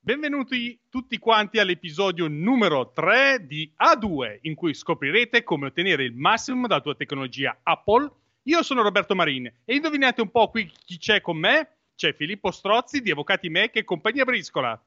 Benvenuti tutti quanti all'episodio numero 3 di A2, in cui scoprirete come ottenere il massimo dalla tua tecnologia Apple. Io sono Roberto Marin e indovinate un po' qui chi c'è con me? C'è Filippo Strozzi di Avvocati Mac e compagnia Briscola.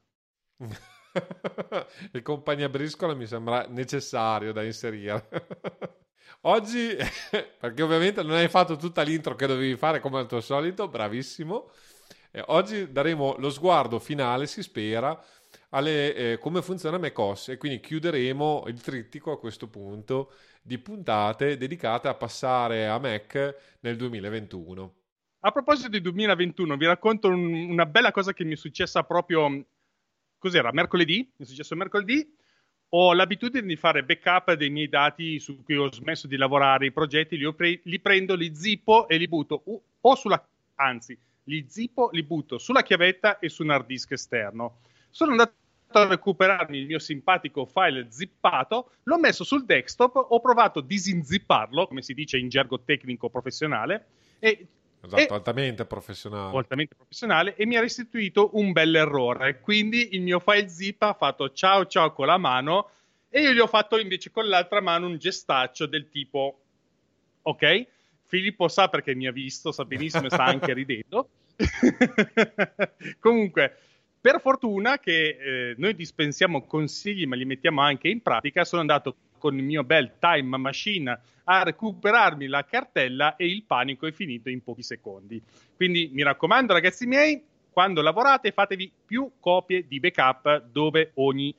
Il compagnia briscola mi sembra necessario da inserire. Oggi, perché ovviamente non hai fatto tutta l'intro che dovevi fare come al tuo solito, bravissimo. Oggi daremo lo sguardo finale, si spera, alle come funziona macOS e quindi chiuderemo il trittico a questo punto di puntate dedicate a passare a Mac nel 2021. A proposito di 2021, vi racconto una bella cosa che mi è successa proprio, cos'era, mercoledì? Mi è successo mercoledì. Ho l'abitudine di fare backup dei miei dati su cui ho smesso di lavorare, i progetti, li prendo, li zippo e li butto li zippo, li butto sulla chiavetta e su un hard disk esterno. Sono andato a recuperarmi il mio simpatico file zippato, l'ho messo sul desktop, ho provato a disinzipparlo, come si dice in gergo tecnico professionale, Esatto, e altamente professionale. e mi ha restituito un bel errore. Quindi il mio file zip ha fatto ciao ciao con la mano e io gli ho fatto invece con l'altra mano un gestaccio del tipo ok, Filippo sa perché mi ha visto, sa benissimo e sta anche ridendo. Comunque, per fortuna che noi dispensiamo consigli ma li mettiamo anche in pratica, sono andato con il mio bel time machine a recuperarmi la cartella e il panico è finito in pochi secondi. Quindi mi raccomando ragazzi miei, quando lavorate fatevi più copie di backup dove ogni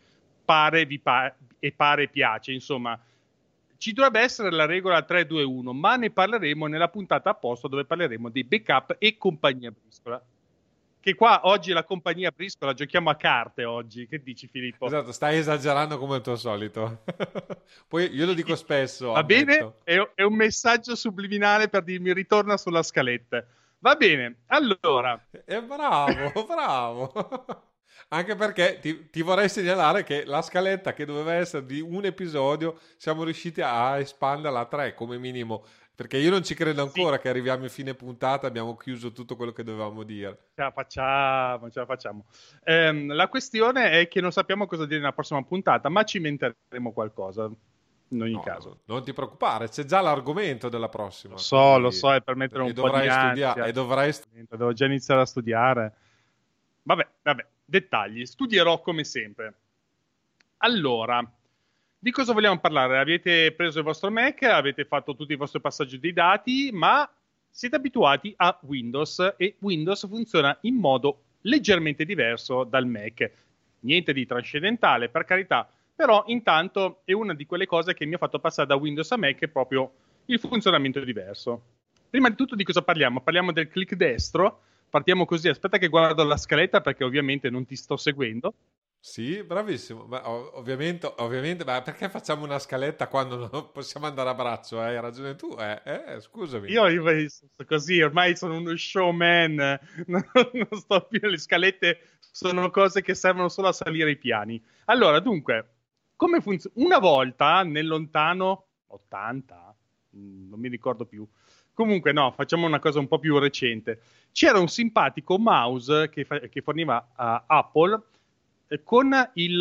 pare piace, insomma. Ci dovrebbe essere la regola 3-2-1, ma ne parleremo nella puntata apposta dove parleremo dei backup e compagnia briscola. Che qua oggi la compagnia briscola giochiamo a carte oggi. Che dici Filippo? Esatto, stai esagerando come al tuo solito. Poi io lo dico spesso, Va bene? ammetto. È un messaggio subliminale per dirmi ritorna sulla scaletta. Va bene, allora, E bravo, bravo. Anche perché ti vorrei segnalare che la scaletta che doveva essere di un episodio siamo riusciti a espanderla a tre come minimo. Perché io non ci credo sì, ancora che arriviamo in fine puntata, abbiamo chiuso tutto quello che dovevamo dire. ce la facciamo. La questione è che non sappiamo cosa dire nella prossima puntata, ma ci inventeremo qualcosa, in ogni No, caso. no, non ti preoccupare, c'è già l'argomento della prossima, Lo quindi so, è per mettere e un po' di dovrai studiare ansia. e dovrai Devo già iniziare a studiare. Vabbè, dettagli. Studierò come sempre. Allora, di cosa vogliamo parlare? Avete preso il vostro Mac, avete fatto tutti i vostri passaggi dei dati, ma siete abituati a Windows e Windows funziona in modo leggermente diverso dal Mac. Niente di trascendentale, per carità, però intanto è una di quelle cose che mi ha fatto passare da Windows a Mac è proprio il funzionamento diverso. Prima di tutto di cosa parliamo? Parliamo del click destro. Partiamo così, aspetta che guardo la scaletta perché ovviamente non ti sto seguendo. Sì, bravissimo. Ma ovviamente, ma perché facciamo una scaletta quando non possiamo andare a braccio? Hai ragione tu, scusami. Io sono così, ormai sono uno showman, non sto più le scalette, sono cose che servono solo a salire i piani. Allora, dunque, come funziona? Una volta nel lontano 80, non mi ricordo più. Comunque, no, facciamo una cosa un po' più recente. C'era un simpatico mouse che forniva Apple con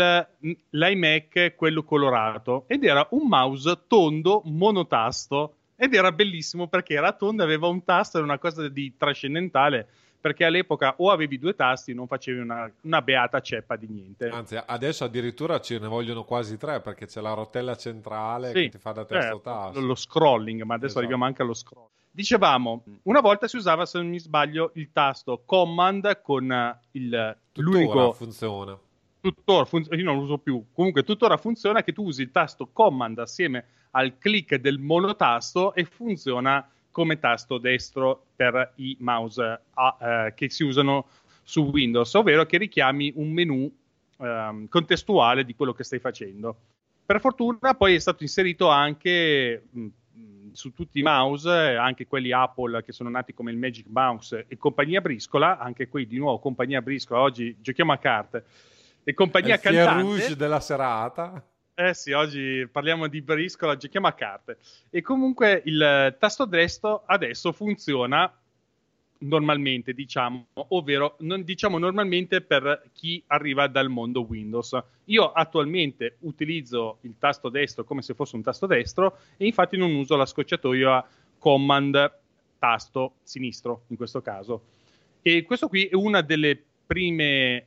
l'iMac, quello colorato, ed era un mouse tondo monotasto ed era bellissimo perché era tondo, aveva un tasto, era una cosa di trascendentale perché all'epoca o avevi due tasti o non facevi una beata ceppa di niente. Anzi, adesso addirittura ce ne vogliono quasi tre perché c'è la rotella centrale che Sì, ti fa da testo certo, lo tasto. scrolling, ma adesso arriviamo Esatto. anche allo scroll. Dicevamo, una volta si usava, se non mi sbaglio, il tasto Command con Tuttora l'unico funziona. io non lo uso più. Comunque, tuttora funziona che tu usi il tasto Command assieme al click del monotasto e funziona come tasto destro per i mouse che si usano su Windows, ovvero che richiami un menu contestuale di quello che stai facendo. Per fortuna poi è stato inserito anche su tutti i mouse, anche quelli Apple che sono nati come il Magic Mouse e compagnia briscola, anche qui di nuovo compagnia briscola, oggi giochiamo a carte, e È il compagnia fil cantante. rouge della serata. Eh sì, oggi parliamo di briscola, giochiamo a carte. E comunque il tasto destro adesso funziona normalmente, diciamo, ovvero non diciamo normalmente per chi arriva dal mondo Windows. Io attualmente utilizzo il tasto destro come se fosse un tasto destro e infatti non uso la scocciatoia Command tasto sinistro in questo caso. E questo qui è una delle prime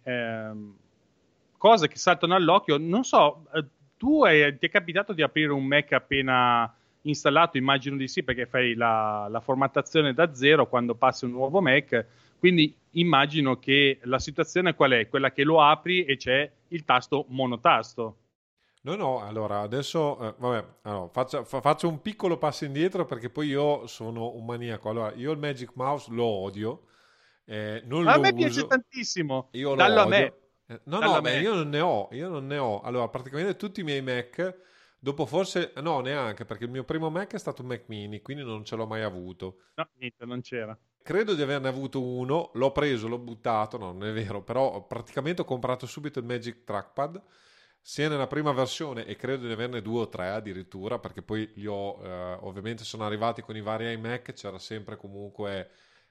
cose che saltano all'occhio. Non so, ti è capitato di aprire un Mac appena installato? Immagino di sì, perché fai la formattazione da zero quando passi un nuovo Mac. Quindi immagino che la situazione qual è? Quella che lo apri e c'è il tasto monotasto. No, no, allora adesso, vabbè, allora, faccio un piccolo passo indietro perché poi io sono un maniaco. Allora, io il Magic Mouse lo odio, non A lo me piace uso, tantissimo. io lo Dallo a me. odio. No, Dallo no, a beh, me. io non ne ho. Allora, praticamente tutti i miei Mac, dopo forse, no, neanche, perché il mio primo Mac è stato un Mac mini, quindi non ce l'ho mai avuto. No, niente, non c'era. Credo di averne avuto uno, l'ho preso, l'ho buttato, no, non è vero, però praticamente ho comprato subito il Magic Trackpad, sia nella prima versione e credo di averne due o tre addirittura, perché poi ovviamente sono arrivati con i vari iMac, c'era sempre comunque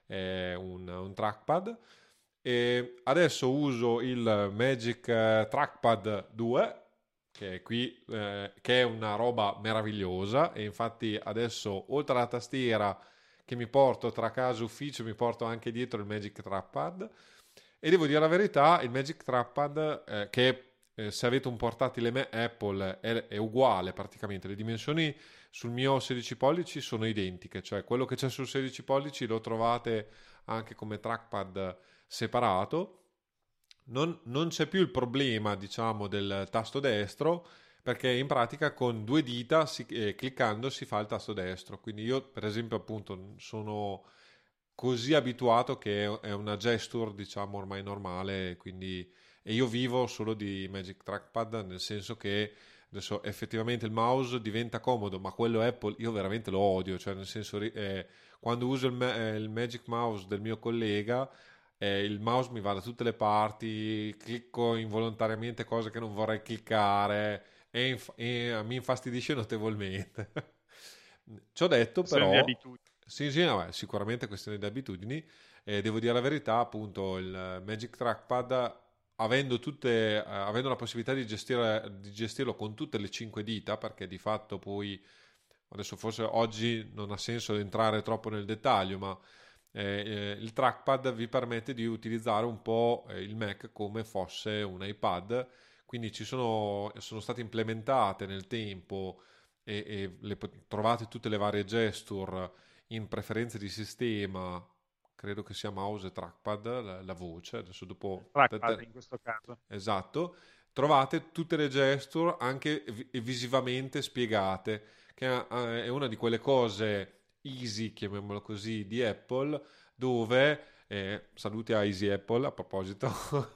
un trackpad. E adesso uso il Magic Trackpad 2, che è qui, che è una roba meravigliosa e infatti adesso oltre alla tastiera che mi porto tra casa e ufficio, mi porto anche dietro il Magic Trackpad e devo dire la verità, il Magic Trackpad che se avete un portatile Apple è uguale praticamente, le dimensioni sul mio 16 pollici sono identiche, cioè quello che c'è sul 16 pollici lo trovate anche come trackpad separato. Non c'è più il problema, diciamo, del tasto destro, perché in pratica con due dita cliccando si fa il tasto destro. Quindi io, per esempio, appunto, sono così abituato che è una gesture, diciamo, ormai normale, quindi e io vivo solo di Magic Trackpad, nel senso che adesso effettivamente il mouse diventa comodo, ma quello Apple io veramente lo odio, cioè nel senso quando uso il Magic Mouse del mio collega il mouse mi va da tutte le parti, clicco involontariamente cose che non vorrei cliccare e mi infastidisce notevolmente. Ci ho detto Questione di però, abitudini. sì, sì, no, è sicuramente questione di abitudini, devo dire la verità, appunto il Magic Trackpad, avendo la possibilità di gestirlo con tutte le cinque dita, perché di fatto poi, adesso forse oggi non ha senso entrare troppo nel dettaglio, ma il trackpad vi permette di utilizzare un po' il Mac come fosse un iPad, quindi sono state implementate nel tempo e trovate tutte le varie gesture in preferenze di sistema, credo che sia mouse e trackpad, la voce, adesso dopo... Trackpad in questo caso. Esatto, trovate tutte le gesture anche visivamente spiegate, che è una di quelle cose easy, chiamiamolo così, di Apple, dove, saluti a Easy Apple a proposito,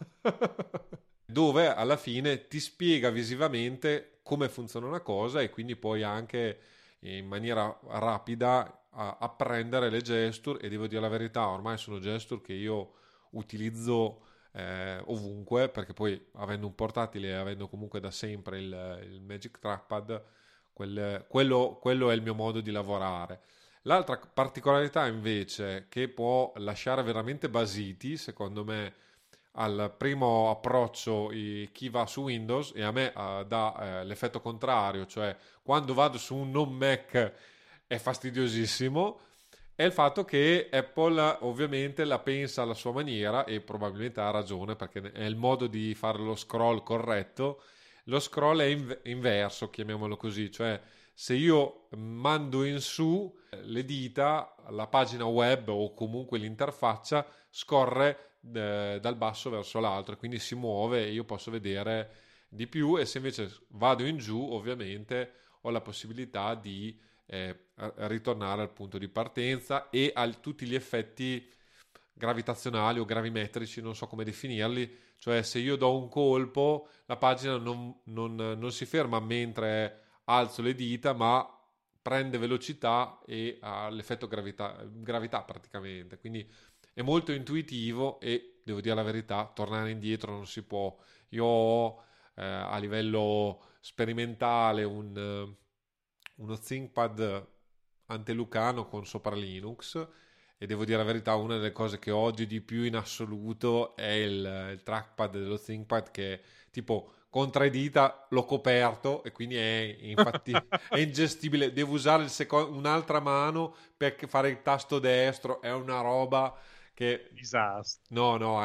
dove alla fine ti spiega visivamente come funziona una cosa e quindi puoi anche in maniera rapida apprendere le gesture e devo dire la verità, ormai sono gesture che io utilizzo ovunque perché poi avendo un portatile e avendo comunque da sempre il Magic Trackpad quello è il mio modo di lavorare. L'altra particolarità invece che può lasciare veramente basiti secondo me al primo approccio chi va su Windows e a me dà l'effetto contrario, cioè quando vado su un non Mac è fastidiosissimo, è il fatto che Apple ovviamente la pensa alla sua maniera e probabilmente ha ragione perché è il modo di fare lo scroll corretto. Lo scroll è inverso, chiamiamolo così, cioè se io mando in su le dita, la pagina web o comunque l'interfaccia scorre dal basso verso l'alto, e quindi si muove e io posso vedere di più e se invece vado in giù ovviamente ho la possibilità di ritornare al punto di partenza e a tutti gli effetti gravitazionali o gravimetrici, non so come definirli, cioè se io do un colpo la pagina non si ferma mentre alzo le dita, ma prende velocità e ha l'effetto gravità praticamente, quindi è molto intuitivo e devo dire la verità, tornare indietro non si può. Io ho a livello sperimentale uno ThinkPad antelucano con sopra Linux e devo dire la verità, una delle cose che odio di più in assoluto è il trackpad dello ThinkPad, che tipo con tre dita l'ho coperto e quindi infatti è ingestibile. Devo usare un'altra mano per fare il tasto destro, è una roba che Disastro. no, no,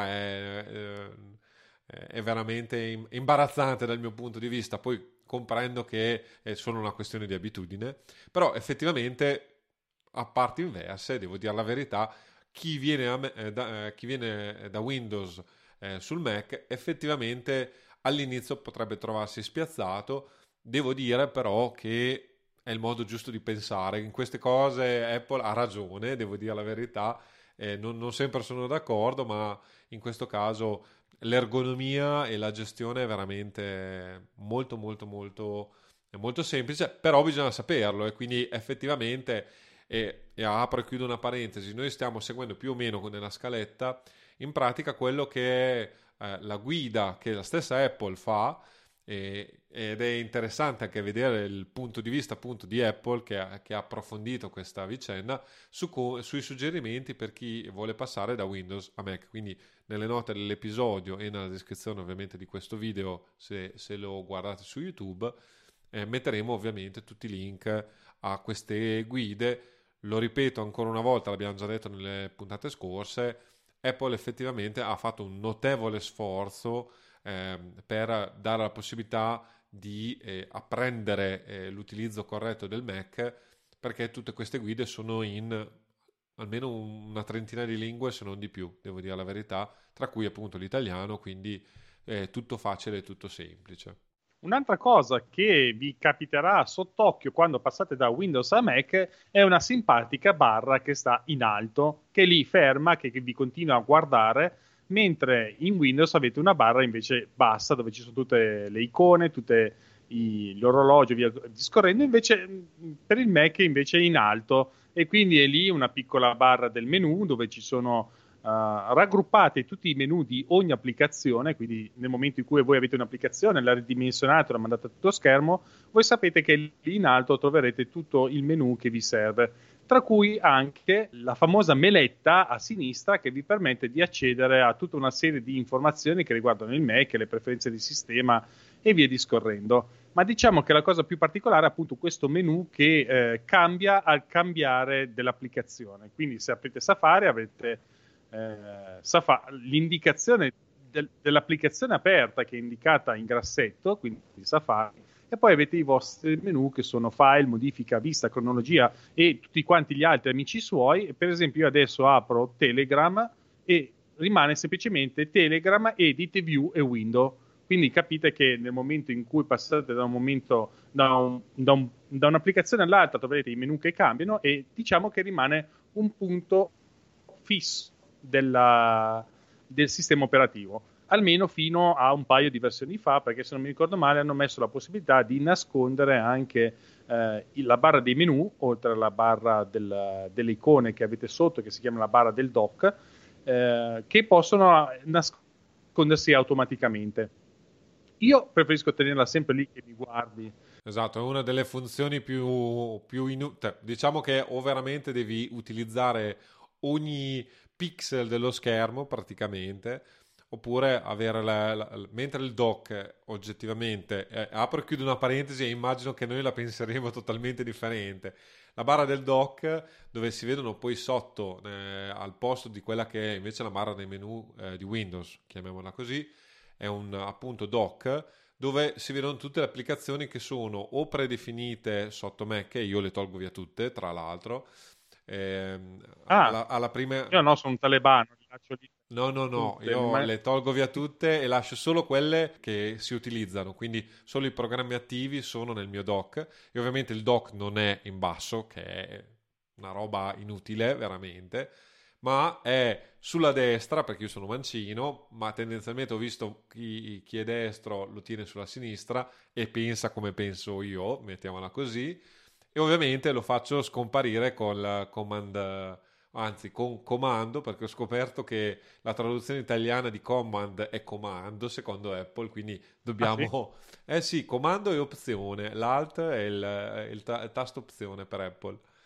è veramente imbarazzante dal mio punto di vista. Poi comprendo che è solo una questione di abitudine, però effettivamente, a parti inverse, devo dire la verità, chi viene da Windows sul Mac effettivamente all'inizio potrebbe trovarsi spiazzato. Devo dire però che è il modo giusto di pensare. In queste cose Apple ha ragione, devo dire la verità. Non sempre sono d'accordo, ma in questo caso l'ergonomia e la gestione è veramente molto, molto, molto, è molto semplice, però bisogna saperlo e quindi effettivamente, e apro e chiudo una parentesi, noi stiamo seguendo più o meno nella scaletta, in pratica quello che è la guida che la stessa Apple fa, ed è interessante anche vedere il punto di vista appunto di Apple che ha approfondito questa vicenda sui suggerimenti per chi vuole passare da Windows a Mac. Quindi nelle note dell'episodio e nella descrizione ovviamente di questo video, se lo guardate su YouTube, metteremo ovviamente tutti i link a queste guide. Lo ripeto ancora una volta, l'abbiamo già detto nelle puntate scorse, Apple effettivamente ha fatto un notevole sforzo per dare la possibilità di apprendere l'utilizzo corretto del Mac, perché tutte queste guide sono in almeno una trentina di lingue, se non di più, devo dire la verità, tra cui appunto l'italiano, quindi tutto facile e tutto semplice. Un'altra cosa che vi capiterà sott'occhio quando passate da Windows a Mac è una simpatica barra che sta in alto, che è lì ferma, che vi continua a guardare, mentre in Windows avete una barra invece bassa, dove ci sono tutte le icone, tutte l'orologio, via discorrendo, invece per il Mac invece è in alto, e quindi è lì una piccola barra del menu dove ci sono raggruppate tutti i menu di ogni applicazione. Quindi nel momento in cui voi avete un'applicazione, la ridimensionate, la mandate a tutto schermo, voi sapete che lì in alto troverete tutto il menu che vi serve, tra cui anche la famosa meletta a sinistra che vi permette di accedere a tutta una serie di informazioni che riguardano il Mac, le preferenze di sistema e via discorrendo. Ma diciamo che la cosa più particolare è appunto questo menu che cambia al cambiare dell'applicazione. Quindi se aprite Safari avrete l'indicazione dell'applicazione aperta, che è indicata in grassetto, quindi Safari, e poi avete i vostri menu che sono file, modifica, vista, cronologia e tutti quanti gli altri amici suoi. Per esempio io adesso apro Telegram e rimane semplicemente Telegram, Edit, View e Window. Quindi capite che nel momento in cui passate da un momento da un'applicazione all'altra troverete i menu che cambiano, e diciamo che rimane un punto fisso del sistema operativo, almeno fino a un paio di versioni fa, perché se non mi ricordo male hanno messo la possibilità di nascondere anche la barra dei menu, oltre alla barra delle icone che avete sotto, che si chiama la barra del dock, che possono nascondersi automaticamente. Io preferisco tenerla sempre lì che mi guardi. Esatto, è una delle funzioni diciamo che o veramente devi utilizzare ogni pixel dello schermo praticamente, oppure avere mentre il dock oggettivamente, apro e chiudo una parentesi e immagino che noi la penseremo totalmente differente. La barra del dock, dove si vedono poi sotto, al posto di quella che è invece la barra dei menu di Windows, chiamiamola così, è un appunto dock dove si vedono tutte le applicazioni che sono o predefinite sotto Mac, e io le tolgo via tutte, tra l'altro. Alla prima... Io no, sono un talebano, li lascio lì No, no, no, tutte, io le tolgo via tutte e lascio solo quelle che si utilizzano, quindi solo i programmi attivi sono nel mio dock, e ovviamente il dock non è in basso, che è una roba inutile veramente, ma è sulla destra, perché io sono mancino, ma tendenzialmente ho visto chi è destro lo tiene sulla sinistra e pensa come penso io, mettiamola così, e ovviamente lo faccio scomparire col command, anzi con comando, perché ho scoperto che la traduzione italiana di command è comando secondo Apple, quindi Ah, sì? dobbiamo... Eh sì, comando e opzione, l'alt è il tasto opzione per Apple.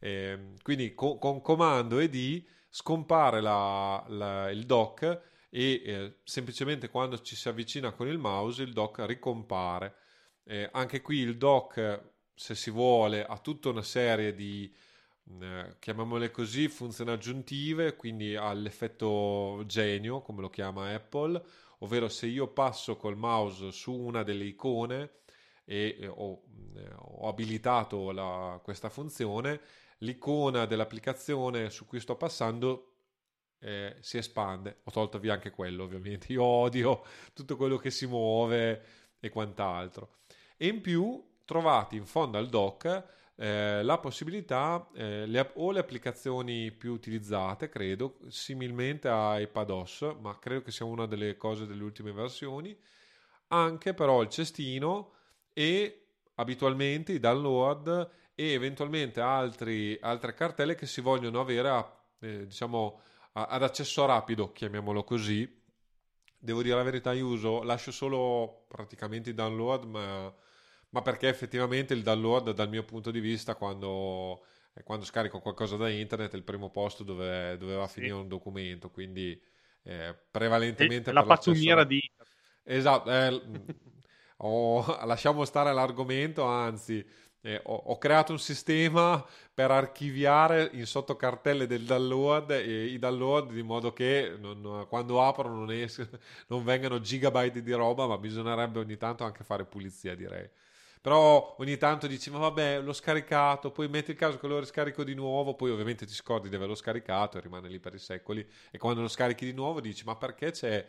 Quindi con comando ed scompare il dock e semplicemente quando ci si avvicina con il mouse il dock ricompare. Anche qui il dock, se si vuole, ha tutta una serie di chiamiamole così, funzioni aggiuntive, quindi ha l'effetto genio, come lo chiama Apple, ovvero se io passo col mouse su una delle icone e ho abilitato questa funzione, l'icona dell'applicazione su cui sto passando si espande. Ho tolto via anche quello, ovviamente. Io odio tutto quello che si muove e quant'altro. E in più trovate in fondo al dock la possibilità, o le applicazioni più utilizzate, credo, similmente a iPadOS, ma credo che sia una delle cose delle ultime versioni, anche però il cestino e abitualmente i download e eventualmente altre cartelle che si vogliono avere diciamo, ad accesso rapido, chiamiamolo così. Devo dire la verità, lascio solo praticamente i download, ma perché effettivamente il download dal mio punto di vista quando scarico qualcosa da internet è il primo posto dove va a Sì. finire un documento, quindi È prevalentemente la per l'accesso pattumiera di... esatto, lasciamo stare l'argomento, anzi ho creato un sistema per archiviare in sottocartelle del download i download di modo che quando aprono non vengano gigabyte di roba, ma bisognerebbe ogni tanto anche fare pulizia, direi. Però ogni tanto dici, ma vabbè, l'ho scaricato, poi metti il caso che lo riscarico di nuovo, poi ovviamente ti scordi di averlo scaricato e rimane lì per i secoli, e quando lo scarichi di nuovo dici, ma perché c'è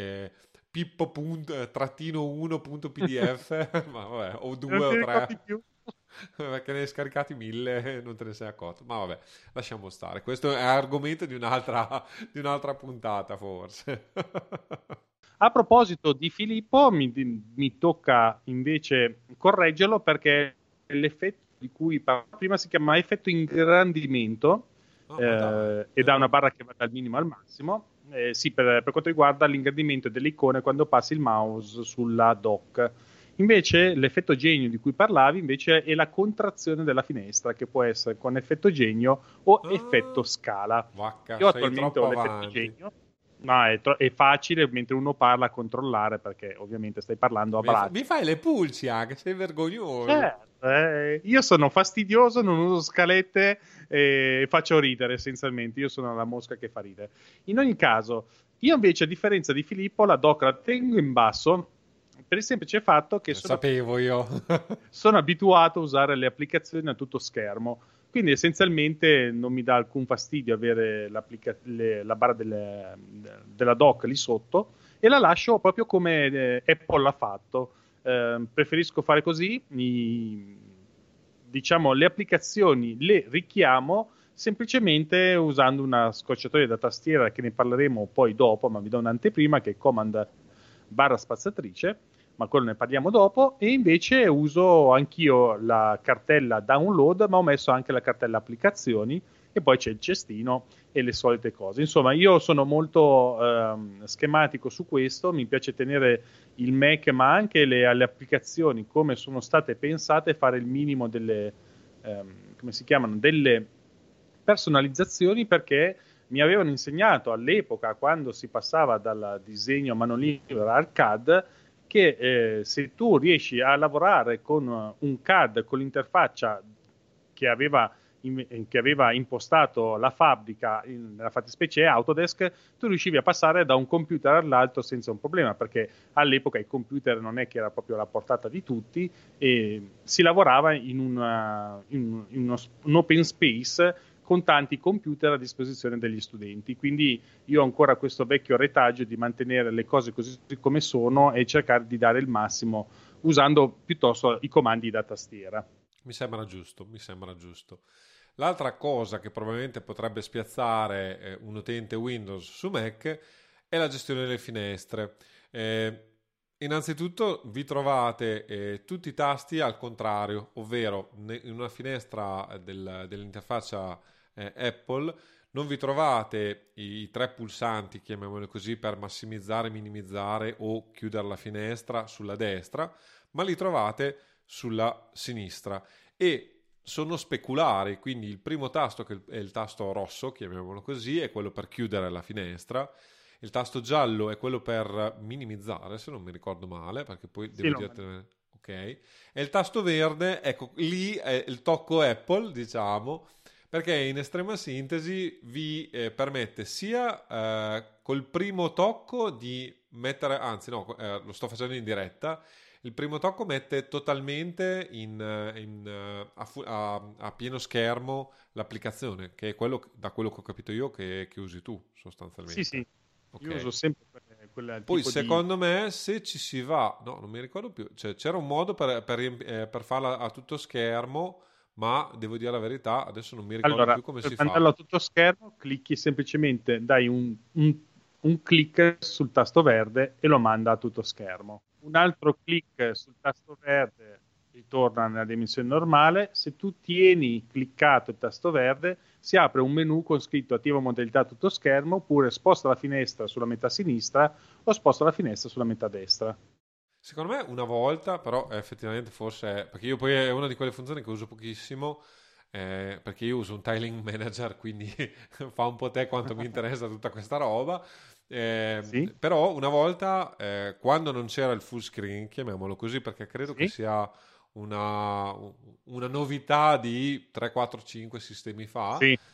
pippo.1.pdf, ma vabbè, o Non due ti o ricordi tre, più? perché ne hai scaricati 1000 e non te ne sei accorto. Ma vabbè, lasciamo stare. Questo è argomento di un'altra puntata, forse. A proposito di Filippo, mi tocca invece correggerlo perché l'effetto di cui parlavo prima si chiama effetto ingrandimento Oh, ma dai, ed ha una barra che va dal minimo al massimo. Sì, per quanto riguarda l'ingrandimento delle icone quando passi il mouse sulla dock. Invece l'effetto genio di cui parlavi invece è la contrazione della finestra, che può essere con effetto genio o effetto ah, scala. vacca, Io sei attualmente ho troppo l'effetto avanti. genio, ma è facile mentre uno parla a controllare perché ovviamente stai parlando a Mi braccio. fai le pulci anche, sei vergognoso. Certo, io sono fastidioso, non uso scalette e faccio ridere essenzialmente. Io sono la mosca che fa ridere. In ogni caso, io invece, a differenza di Filippo, la doc la tengo in basso per il semplice fatto che Lo sapevo io. sono abituato a usare le applicazioni a tutto schermo. Quindi essenzialmente non mi dà alcun fastidio avere la barra della dock lì sotto e la lascio proprio come Apple l'ha fatto. Preferisco fare così, diciamo le applicazioni le richiamo semplicemente usando una scorciatoia da tastiera che ne parleremo poi dopo, ma vi do un'anteprima che è Command barra spaziatrice, ma quello ne parliamo dopo, e invece uso anch'io la cartella download, ma ho messo anche la cartella applicazioni e poi c'è il cestino e le solite cose. Insomma, io sono molto schematico su questo, mi piace tenere il Mac, ma anche le applicazioni come sono state pensate, fare il minimo delle, come si chiamano, delle personalizzazioni perché mi avevano insegnato all'epoca, quando si passava dal disegno a mano libera al CAD, che se tu riesci a lavorare con un CAD con l'interfaccia che aveva impostato la fabbrica, nella fattispecie Autodesk, tu riuscivi a passare da un computer all'altro senza un problema, perché all'epoca i computer non è che era proprio alla portata di tutti e si lavorava un open space con tanti computer a disposizione degli studenti. Quindi io ho ancora questo vecchio retaggio di mantenere le cose così come sono e cercare di dare il massimo usando piuttosto i comandi da tastiera. Mi sembra giusto, mi sembra giusto. L'altra cosa che probabilmente potrebbe spiazzare un utente Windows su Mac è la gestione delle finestre. Innanzitutto vi trovate tutti i tasti al contrario, ovvero in una finestra dell'interfaccia Apple non vi trovate i tre pulsanti, chiamiamoli così, per massimizzare, minimizzare o chiudere la finestra sulla destra, ma li trovate sulla sinistra e sono speculari, quindi il primo tasto, che è il tasto rosso, chiamiamolo così, è quello per chiudere la finestra, il tasto giallo è quello per minimizzare, se non mi ricordo male, perché poi Sì, devo no, dirti... Ok. E il tasto verde, ecco, lì è il tocco Apple, diciamo, perché in estrema sintesi vi permette sia col primo tocco di mettere, anzi no, lo sto facendo in diretta, il primo tocco mette totalmente a pieno schermo l'applicazione, che è quello, da quello che ho capito io, che usi tu sì, sostanzialmente. sì, io Ok. uso sempre quel Poi tipo di... secondo me se ci si va, no, non mi ricordo più, cioè, c'era un modo per farla a tutto schermo, ma devo dire la verità, adesso non mi ricordo Allora, più come per si fa. mandarlo a tutto schermo, clicchi semplicemente, dai un clic sul tasto verde e lo manda a tutto schermo. Un altro clic sul tasto verde ritorna nella dimensione normale. Se tu tieni cliccato il tasto verde, si apre un menu con scritto attiva modalità a tutto schermo, oppure sposta la finestra sulla metà sinistra o sposta la finestra sulla metà destra. Secondo me una volta, però effettivamente forse perché io poi è una di quelle funzioni che uso pochissimo, perché io uso un tiling manager, quindi fa un po' te quanto mi interessa tutta questa roba. Sì, Però una volta, quando non c'era il full screen, chiamiamolo così, perché credo che sì, sia una, una novità di 3, 4, 5 sistemi fa, sì.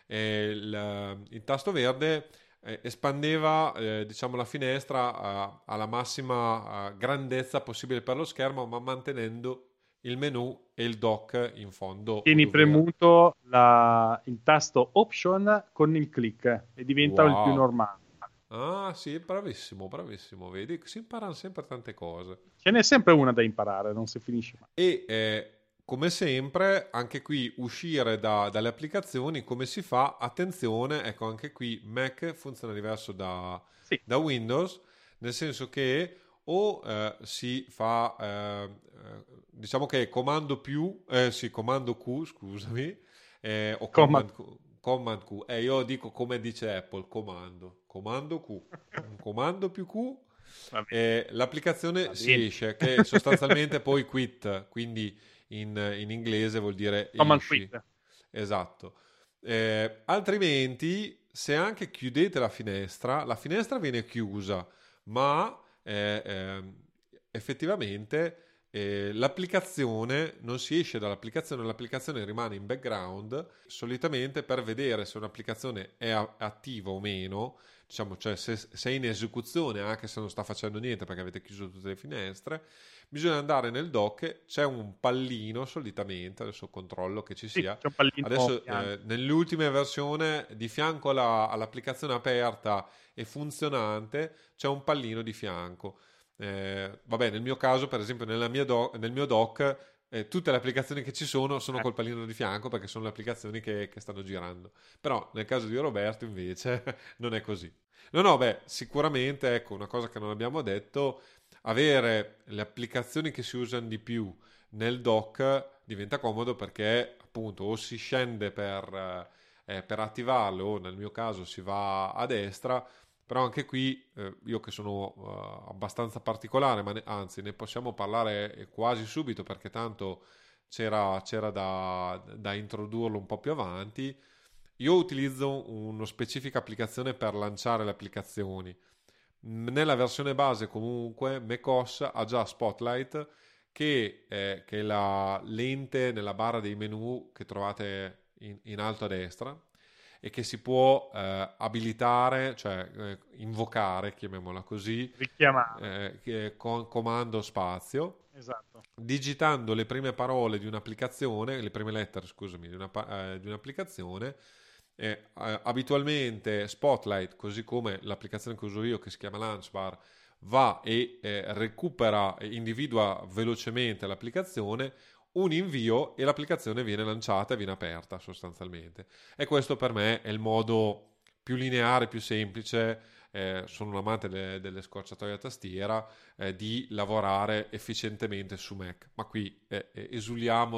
il tasto verde espandeva diciamo la finestra alla massima grandezza possibile per lo schermo, ma mantenendo il menu e il dock in fondo o Tieni dove... premuto il tasto Option con il click e diventa il più Wow! normale. Ah sì, bravissimo, bravissimo, vedi, si imparano sempre tante cose. Ce n'è sempre una da imparare, non si finisce mai. E come sempre, anche qui uscire dalle applicazioni, come si fa? Attenzione, ecco, anche qui Mac funziona diverso Sì, da Windows, nel senso che o si fa, diciamo che comando più, sì, comando Q, scusami, o Command. command Q, io dico come dice Apple, comando Q, un comando più Q, Va bene, l'applicazione va si bene. esce, che sostanzialmente poi quit, quindi in inglese vuol dire Command quit. esci, esatto. Altrimenti, se anche chiudete la finestra viene chiusa, ma effettivamente l'applicazione non si esce dall'applicazione, l'applicazione rimane in background, solitamente per vedere se un'applicazione è attiva o meno, diciamo, cioè se è in esecuzione anche se non sta facendo niente perché avete chiuso tutte le finestre, bisogna andare nel dock, c'è un pallino solitamente, adesso controllo che ci Sì, sia, c'è un pallino adesso bianco. nell'ultima versione di fianco all'applicazione aperta e funzionante c'è un pallino di fianco. Vabbè, nel mio caso, per esempio, nel mio dock, tutte le applicazioni che ci sono Eh, col pallino di fianco perché sono le applicazioni che stanno girando. Però nel caso di Roberto, invece, non è così. No, no, beh, sicuramente, ecco, una cosa che non abbiamo detto, avere le applicazioni che si usano di più nel dock diventa comodo perché appunto o si scende per attivarle o nel mio caso si va a destra, però anche qui io che sono abbastanza particolare, ma anzi ne possiamo parlare quasi subito perché tanto c'era da introdurlo un po' più avanti. Io utilizzo una specifica applicazione per lanciare le applicazioni. Nella versione base comunque macOS ha già Spotlight che è la lente nella barra dei menu che trovate in alto a destra e che si può abilitare, cioè invocare, chiamiamola così, richiamare. con comando spazio, Esatto. digitando le prime parole di un'applicazione, le prime lettere, scusami, di un'applicazione. Abitualmente Spotlight, così come l'applicazione che uso io che si chiama Launchbar, va e recupera e individua velocemente l'applicazione, un invio e l'applicazione viene lanciata e viene aperta sostanzialmente. E questo per me è il modo più lineare, più semplice. Sono un amante delle scorciatoie a tastiera, di lavorare efficientemente su Mac. Ma qui esuliamo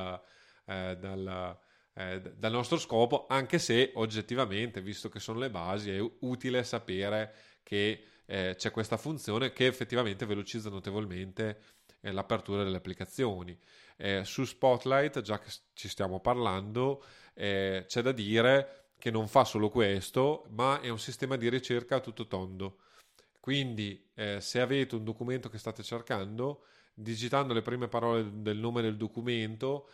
dal nostro scopo, anche se oggettivamente, visto che sono le basi, è utile sapere che c'è questa funzione che effettivamente velocizza notevolmente l'apertura delle applicazioni. Su Spotlight, già che ci stiamo parlando, c'è da dire che non fa solo questo, ma è un sistema di ricerca a tutto tondo. Quindi, se avete un documento che state cercando, digitando le prime parole del nome del documento,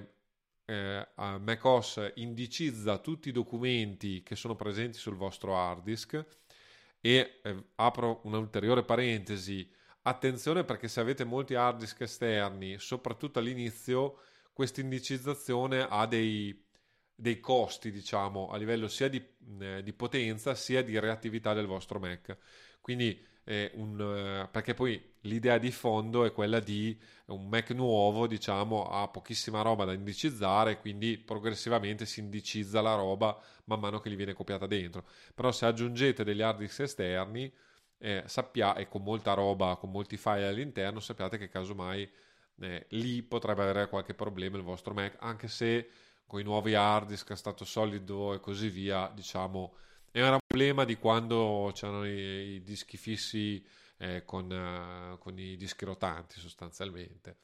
macOS indicizza tutti i documenti che sono presenti sul vostro hard disk e apro un'ulteriore parentesi. Attenzione, perché se avete molti hard disk esterni, soprattutto all'inizio, questa indicizzazione ha dei costi, diciamo, a livello sia di potenza sia di reattività del vostro Mac. Quindi, perché poi l'idea di fondo è quella di un Mac nuovo, diciamo, ha pochissima roba da indicizzare, quindi progressivamente si indicizza la roba man mano che gli viene copiata dentro. Però se aggiungete degli hard disk esterni, e con molta roba, con molti file all'interno, sappiate che casomai lì potrebbe avere qualche problema il vostro Mac, anche se con i nuovi hard disk a stato solido e così via, diciamo, è un problema di quando c'erano i dischi fissi con i dischi rotanti sostanzialmente.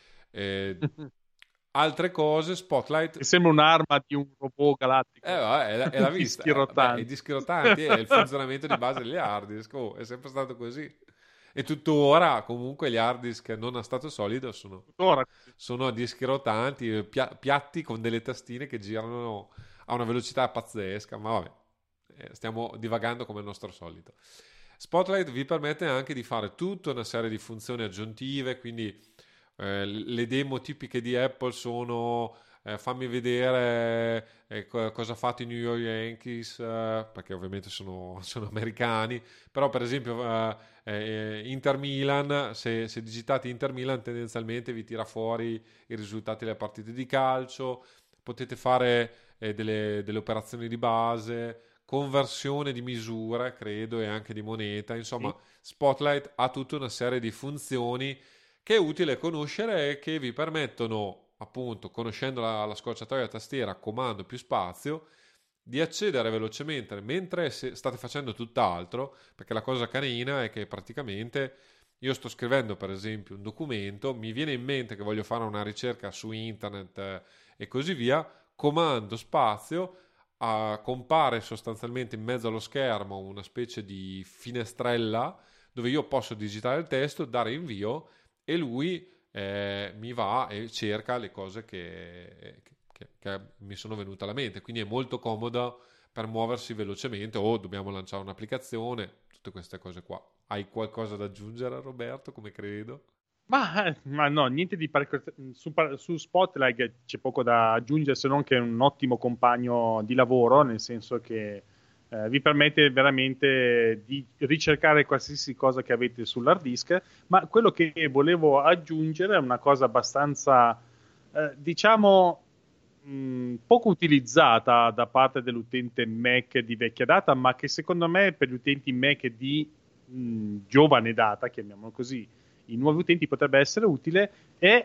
Altre cose, Spotlight. Mi sembra un'arma di un robot galattico. È la vista. Dischi I rotanti. dischi rotanti è il funzionamento di base degli hard disk. È sempre stato così. E tuttora comunque gli hard disk non a stato solido Ora, sono a dischi rotanti, piatti con delle tastine che girano a una velocità pazzesca. Ma vabbè, stiamo divagando come il nostro solito. Spotlight vi permette anche di fare tutta una serie di funzioni aggiuntive, quindi le demo tipiche di Apple sono fammi vedere cosa ha fatto i New York Yankees, perché ovviamente sono americani, però per esempio Inter Milan, se digitate Inter Milan tendenzialmente vi tira fuori i risultati delle partite di calcio, potete fare delle operazioni di base, conversione di misure, credo, e anche di moneta. Insomma, Spotlight ha tutta una serie di funzioni che è utile conoscere e che vi permettono, appunto, conoscendo la scorciatoia tastiera, comando più spazio, di accedere velocemente mentre state facendo tutt'altro, perché la cosa carina è che praticamente io sto scrivendo, per esempio, un documento, mi viene in mente che voglio fare una ricerca su internet e così via, comando spazio, compare sostanzialmente in mezzo allo schermo una specie di finestrella dove io posso digitare il testo, dare invio e lui mi va e cerca le cose che mi sono venute alla mente. Quindi è molto comodo per muoversi velocemente o dobbiamo lanciare un'applicazione, tutte queste cose qua. Hai qualcosa da aggiungere, Roberto, come credo? ma no, niente di su Spotlight c'è poco da aggiungere se non che è un ottimo compagno di lavoro, nel senso che vi permette veramente di ricercare qualsiasi cosa che avete sull'hard disk, ma quello che volevo aggiungere è una cosa abbastanza, diciamo, poco utilizzata da parte dell'utente Mac di vecchia data, ma che secondo me per gli utenti Mac di giovane data, chiamiamolo così, i nuovi utenti potrebbe essere utile, è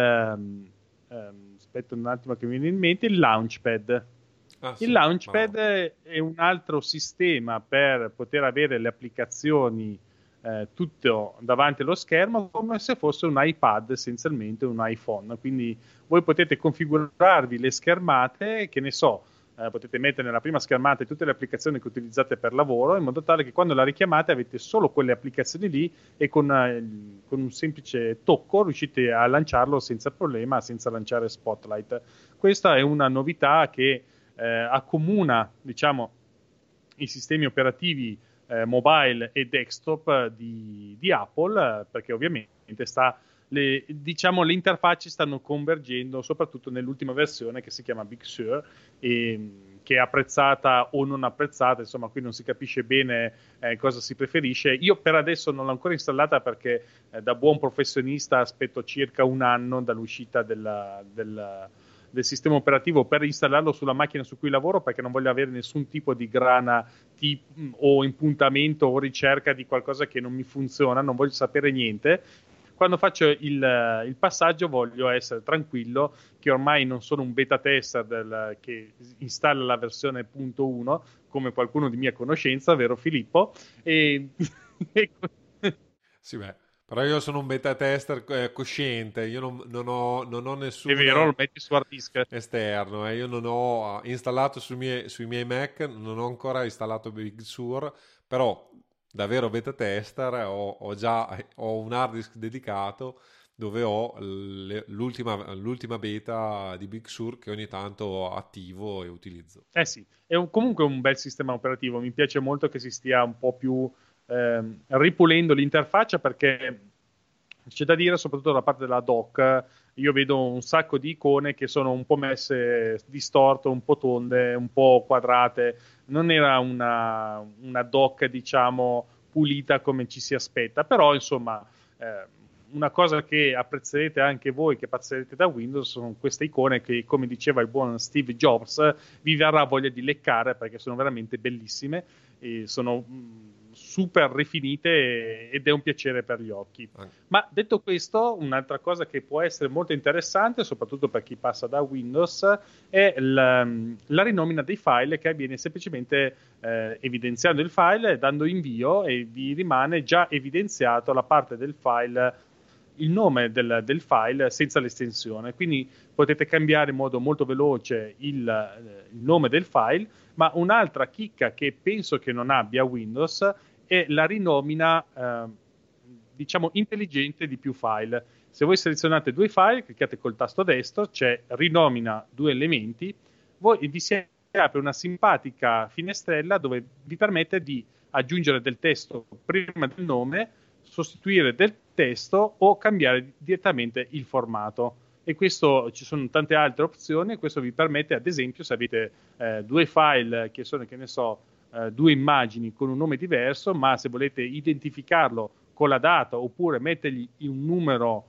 aspetta un attimo che mi viene in mente, il Launchpad. Ah Il sì, Launchpad bravo. è un altro sistema per poter avere le applicazioni tutto davanti allo schermo come se fosse un iPad, essenzialmente un iPhone. Quindi voi potete configurarvi le schermate, che ne so, potete mettere nella prima schermata tutte le applicazioni che utilizzate per lavoro, in modo tale che quando la richiamate avete solo quelle applicazioni lì e con un semplice tocco riuscite a lanciarlo senza problema, senza lanciare Spotlight. Questa è una novità che accomuna, diciamo, i sistemi operativi mobile e desktop di Apple, perché ovviamente diciamo, le interfacce stanno convergendo, soprattutto nell'ultima versione che si chiama Big Sur, che è apprezzata o non apprezzata, insomma, qui non si capisce bene cosa si preferisce. Io per adesso non l'ho ancora installata perché da buon professionista aspetto circa un anno dall'uscita del sistema operativo per installarlo sulla macchina su cui lavoro, perché non voglio avere nessun tipo di grana o impuntamento o ricerca di qualcosa che non mi funziona, non voglio sapere niente. Quando faccio il passaggio voglio essere tranquillo che ormai non sono un beta tester che installa la versione .1 come qualcuno di mia conoscenza, vero Filippo? E, Sì, beh, Però io sono un beta tester cosciente, io non ho È vero, nessun lo metti su hard disk. esterno, io non ho installato sui miei Mac, non ho ancora installato Big Sur, però davvero beta tester ho un hard disk dedicato dove ho l'ultima beta di Big Sur che ogni tanto attivo e utilizzo. Eh sì, è comunque un bel sistema operativo. Mi piace molto che si stia un po' più ripulendo l'interfaccia perché c'è da dire, soprattutto da parte della dock, io vedo un sacco di icone che sono un po' messe distorte, un po' tonde, un po' quadrate. Non era una dock, diciamo, pulita come ci si aspetta, però insomma. Una cosa che apprezzerete anche voi che pazzerete da Windows sono queste icone che, come diceva il buon Steve Jobs, vi verrà voglia di leccare perché sono veramente bellissime e sono super rifinite ed è un piacere per gli occhi. Ma detto questo, un'altra cosa che può essere molto interessante, soprattutto per chi passa da Windows, è la rinomina dei file che avviene semplicemente evidenziando il file, dando invio e vi rimane già evidenziato la parte del file, il nome del file senza l'estensione. Quindi potete cambiare in modo molto veloce il nome del file, ma un'altra chicca che penso che non abbia Windows è la rinomina, diciamo, intelligente di più file. Se voi selezionate due file, cliccate col tasto destro, c'è rinomina due elementi, vi si apre una simpatica finestrella dove vi permette di aggiungere del testo prima del nome, sostituire del testo o cambiare direttamente il formato. E questo ci sono tante altre opzioni. Questo vi permette, ad esempio, se avete due file che sono, che ne so, due immagini con un nome diverso, ma se volete identificarlo con la data oppure mettergli un numero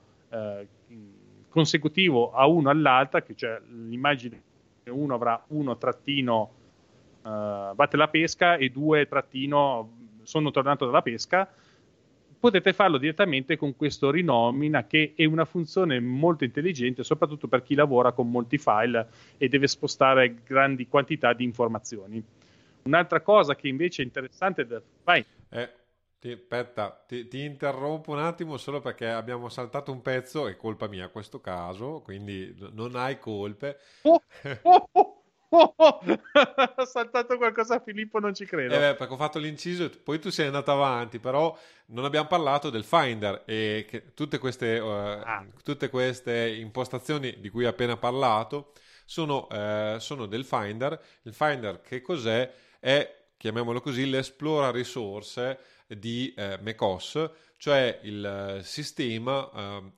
consecutivo a uno all'altra, che cioè l'immagine 1 avrà 1 trattino batte la pesca e 2 trattino sono tornato dalla pesca, potete farlo direttamente con questo rinomina, che è una funzione molto intelligente, soprattutto per chi lavora con molti file e deve spostare grandi quantità di informazioni. Un'altra cosa che invece è interessante, vai. Aspetta, ti interrompo un attimo solo perché abbiamo saltato un pezzo, è colpa mia in questo caso, quindi non hai colpe. Oh, oh, oh, oh, oh. Ho saltato qualcosa a Filippo, non ci credo. Perché ho fatto l'inciso e poi tu sei andato avanti, però non abbiamo parlato del Finder e che Ah, tutte queste impostazioni di cui ho appena parlato sono del Finder. Il Finder che cos'è? È, chiamiamolo così, l'esplora risorse di macOS, cioè il sistema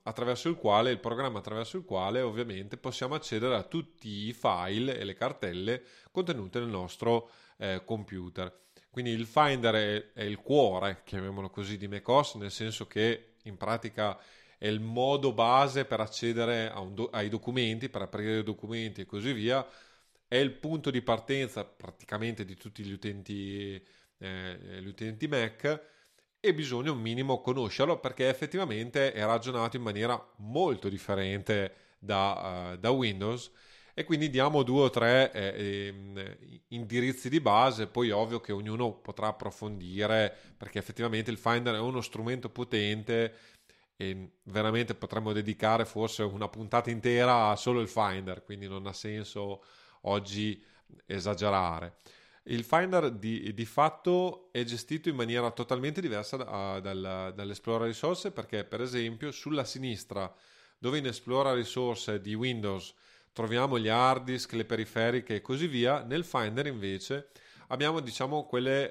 il programma attraverso il quale ovviamente possiamo accedere a tutti i file e le cartelle contenute nel nostro computer. Quindi il Finder è il cuore, chiamiamolo così, di macOS, nel senso che in pratica è il modo base per accedere ai documenti, per aprire i documenti e così via. È il punto di partenza praticamente di tutti gli utenti Mac e bisogna un minimo conoscerlo perché effettivamente è ragionato in maniera molto differente da Windows e quindi diamo due o tre indirizzi di base, poi ovvio che ognuno potrà approfondire perché effettivamente il Finder è uno strumento potente e veramente potremmo dedicare forse una puntata intera a solo il Finder, quindi non ha senso oggi esagerare. Il Finder di fatto è gestito in maniera totalmente diversa dall'Explora risorse perché per esempio sulla sinistra dove in Esplora risorse di Windows troviamo gli hard disk, le periferiche e così via, nel Finder invece abbiamo diciamo quelle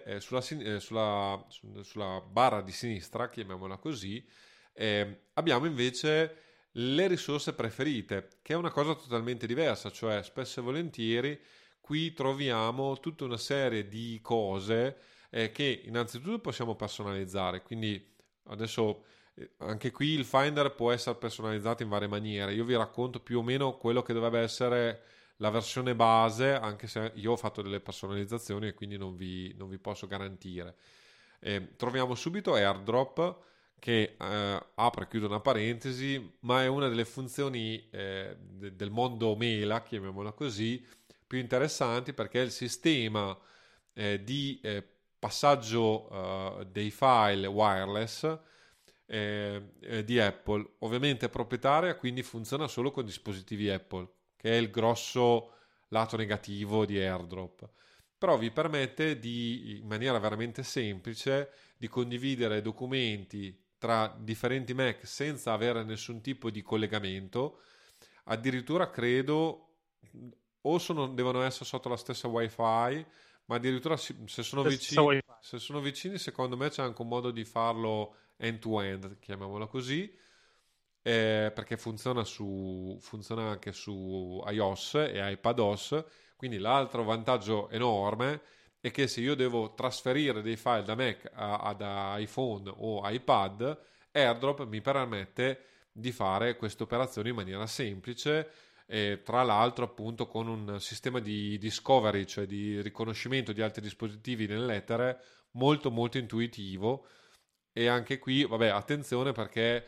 sulla barra di sinistra, chiamiamola così, abbiamo invece le risorse preferite, che è una cosa totalmente diversa, cioè spesso e volentieri qui troviamo tutta una serie di cose che innanzitutto possiamo personalizzare, quindi adesso anche qui il Finder può essere personalizzato in varie maniere. Io vi racconto più o meno quello che dovrebbe essere la versione base, anche se io ho fatto delle personalizzazioni e quindi non vi posso garantire. Troviamo subito AirDrop che apre e chiude una parentesi, ma è una delle funzioni del mondo mela, chiamiamola così, più interessanti perché il sistema di passaggio dei file wireless di Apple. Ovviamente è proprietaria, quindi funziona solo con dispositivi Apple, che è il grosso lato negativo di AirDrop. Però vi permette di, in maniera veramente semplice, di condividere documenti tra differenti Mac senza avere nessun tipo di collegamento. Addirittura credo devono essere sotto la stessa wifi, ma addirittura se sono Stessa vicini, wifi. se sono vicini, secondo me c'è anche un modo di farlo end-to-end, chiamiamolo così, perché funziona anche su iOS e iPadOS. Quindi l'altro vantaggio enorme è che se io devo trasferire dei file da Mac ad iPhone o iPad, AirDrop mi permette di fare queste operazioni in maniera semplice, e tra l'altro appunto con un sistema di discovery, cioè di riconoscimento di altri dispositivi nell'etere, molto molto intuitivo. E anche qui, vabbè, attenzione perché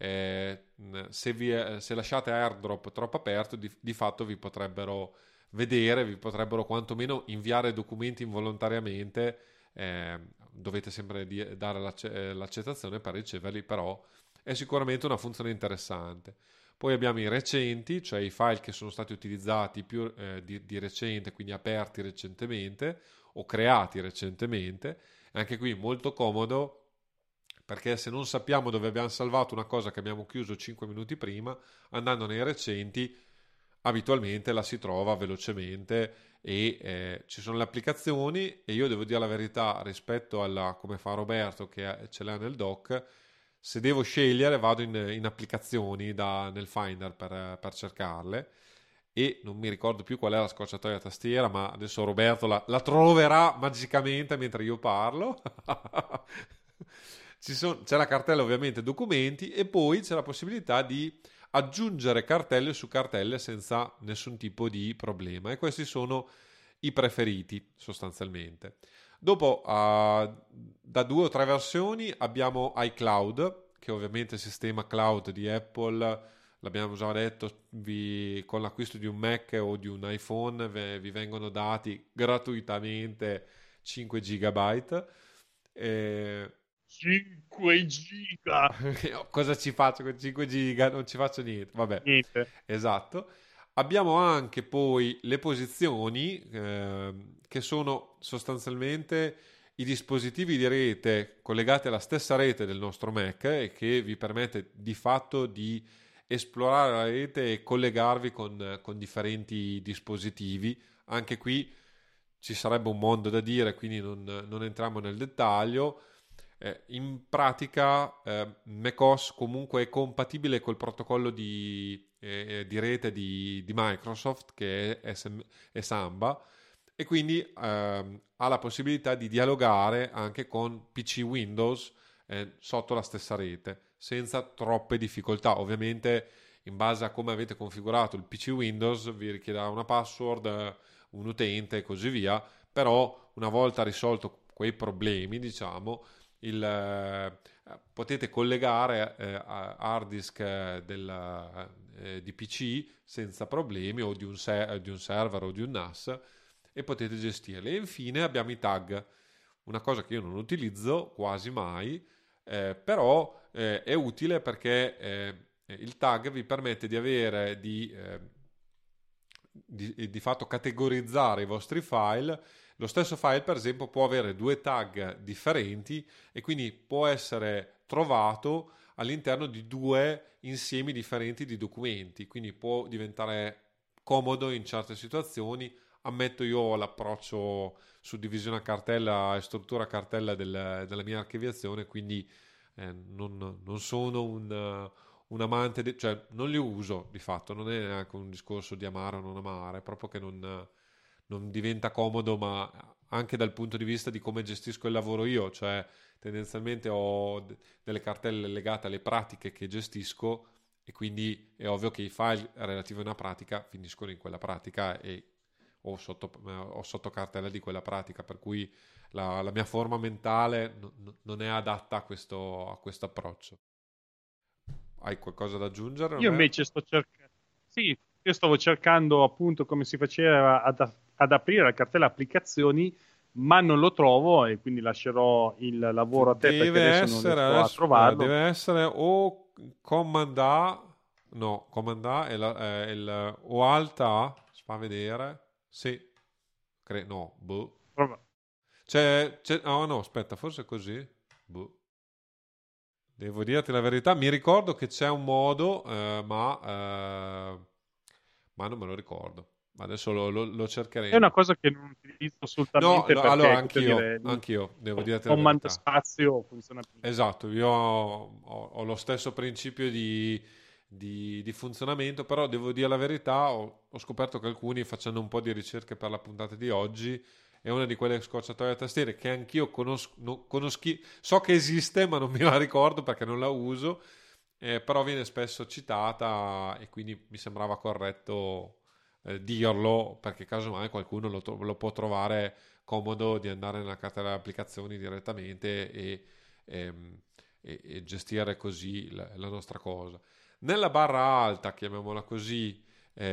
se lasciate AirDrop troppo aperto, di fatto vi potrebbero vedere, vi potrebbero quantomeno inviare documenti involontariamente. Dovete sempre dare l'accettazione per riceverli, però è sicuramente una funzione interessante. Poi abbiamo i recenti, cioè i file che sono stati utilizzati più di recente, quindi aperti recentemente o creati recentemente. Anche qui molto comodo, perché se non sappiamo dove abbiamo salvato una cosa che abbiamo chiuso 5 minuti prima, andando nei recenti abitualmente la si trova velocemente. E ci sono le applicazioni, e io devo dire la verità rispetto alla come fa Roberto che ce l'ha nel dock. Se devo scegliere vado in applicazioni nel Finder per cercarle, e non mi ricordo più qual è la scorciatoia tastiera, ma adesso Roberto la troverà magicamente mentre io parlo. C'è la cartella ovviamente documenti, e poi c'è la possibilità di aggiungere cartelle su cartelle senza nessun tipo di problema, e questi sono i preferiti sostanzialmente. Dopo, da 2 o 3 versioni abbiamo iCloud, che ovviamente è il sistema cloud di Apple. L'abbiamo già detto, con l'acquisto di un Mac o di un iPhone vi vengono dati gratuitamente 5 GB. Eh, 5 giga. cosa ci faccio con 5 giga? Non ci faccio niente, vabbè, Niente. esatto. Abbiamo anche poi le posizioni, che sono sostanzialmente i dispositivi di rete collegati alla stessa rete del nostro Mac, e che vi permette di fatto di esplorare la rete e collegarvi con differenti dispositivi. Anche qui ci sarebbe un mondo da dire, quindi non entriamo nel dettaglio. In pratica, macOS comunque è compatibile col protocollo di rete di Microsoft, che è Samba, e quindi ha la possibilità di dialogare anche con PC Windows sotto la stessa rete, senza troppe difficoltà. Ovviamente, in base a come avete configurato il PC Windows, vi richiederà una password, un utente e così via, però una volta risolto quei problemi, diciamo, potete collegare a hard disk di PC senza problemi, o di un server o di un NAS, e potete gestirli. E infine abbiamo i tag, una cosa che io non utilizzo quasi mai, però è utile perché il tag vi permette di avere di fatto categorizzare i vostri file. Lo stesso file, per esempio, può avere 2 tag differenti, e quindi può essere trovato all'interno di 2 insiemi differenti di documenti, quindi può diventare comodo in certe situazioni. Ammetto, io ho l'approccio suddivisione a cartella e struttura a cartella della mia archiviazione, quindi non sono un amante, cioè non li uso di fatto, non è neanche un discorso di amare o non amare, è proprio che non diventa comodo, ma anche dal punto di vista di come gestisco il lavoro io, cioè tendenzialmente ho delle cartelle legate alle pratiche che gestisco, e quindi è ovvio che i file relativi a una pratica finiscono in quella pratica, e ho sotto cartella di quella pratica, per cui la mia forma mentale non è adatta a questo approccio. Hai qualcosa da aggiungere, Io invece Roberto? sto cercando, sì, io stavo cercando appunto come si faceva ad aprire la cartella applicazioni ma non lo trovo e quindi lascerò il lavoro a te perché adesso non riesco a trovarlo. Deve essere o Command A, no, Command A è il, o Alt A, si fa vedere, sì, no, boh. Oh no, aspetta, forse è così, boh. Devo dirti la verità, mi ricordo che c'è un modo, ma non me lo ricordo. Adesso lo È una cercheremo. cosa che non utilizzo No, assolutamente allora perché, cosa dire, anch'io, devo dirti la Command verità. spazio funziona più. Esatto, io ho lo stesso principio di funzionamento, però devo dire la verità, ho scoperto che alcuni, facendo un po' di ricerche per la puntata di oggi, è una di quelle scorciatoie a tastiere che anch'io so che esiste, ma non me la ricordo perché non la uso, però viene spesso citata e quindi mi sembrava corretto dirlo, perché casomai qualcuno lo può trovare comodo di andare nella cartella applicazioni direttamente ehm, e gestire così la nostra cosa. Nella barra alta, chiamiamola così,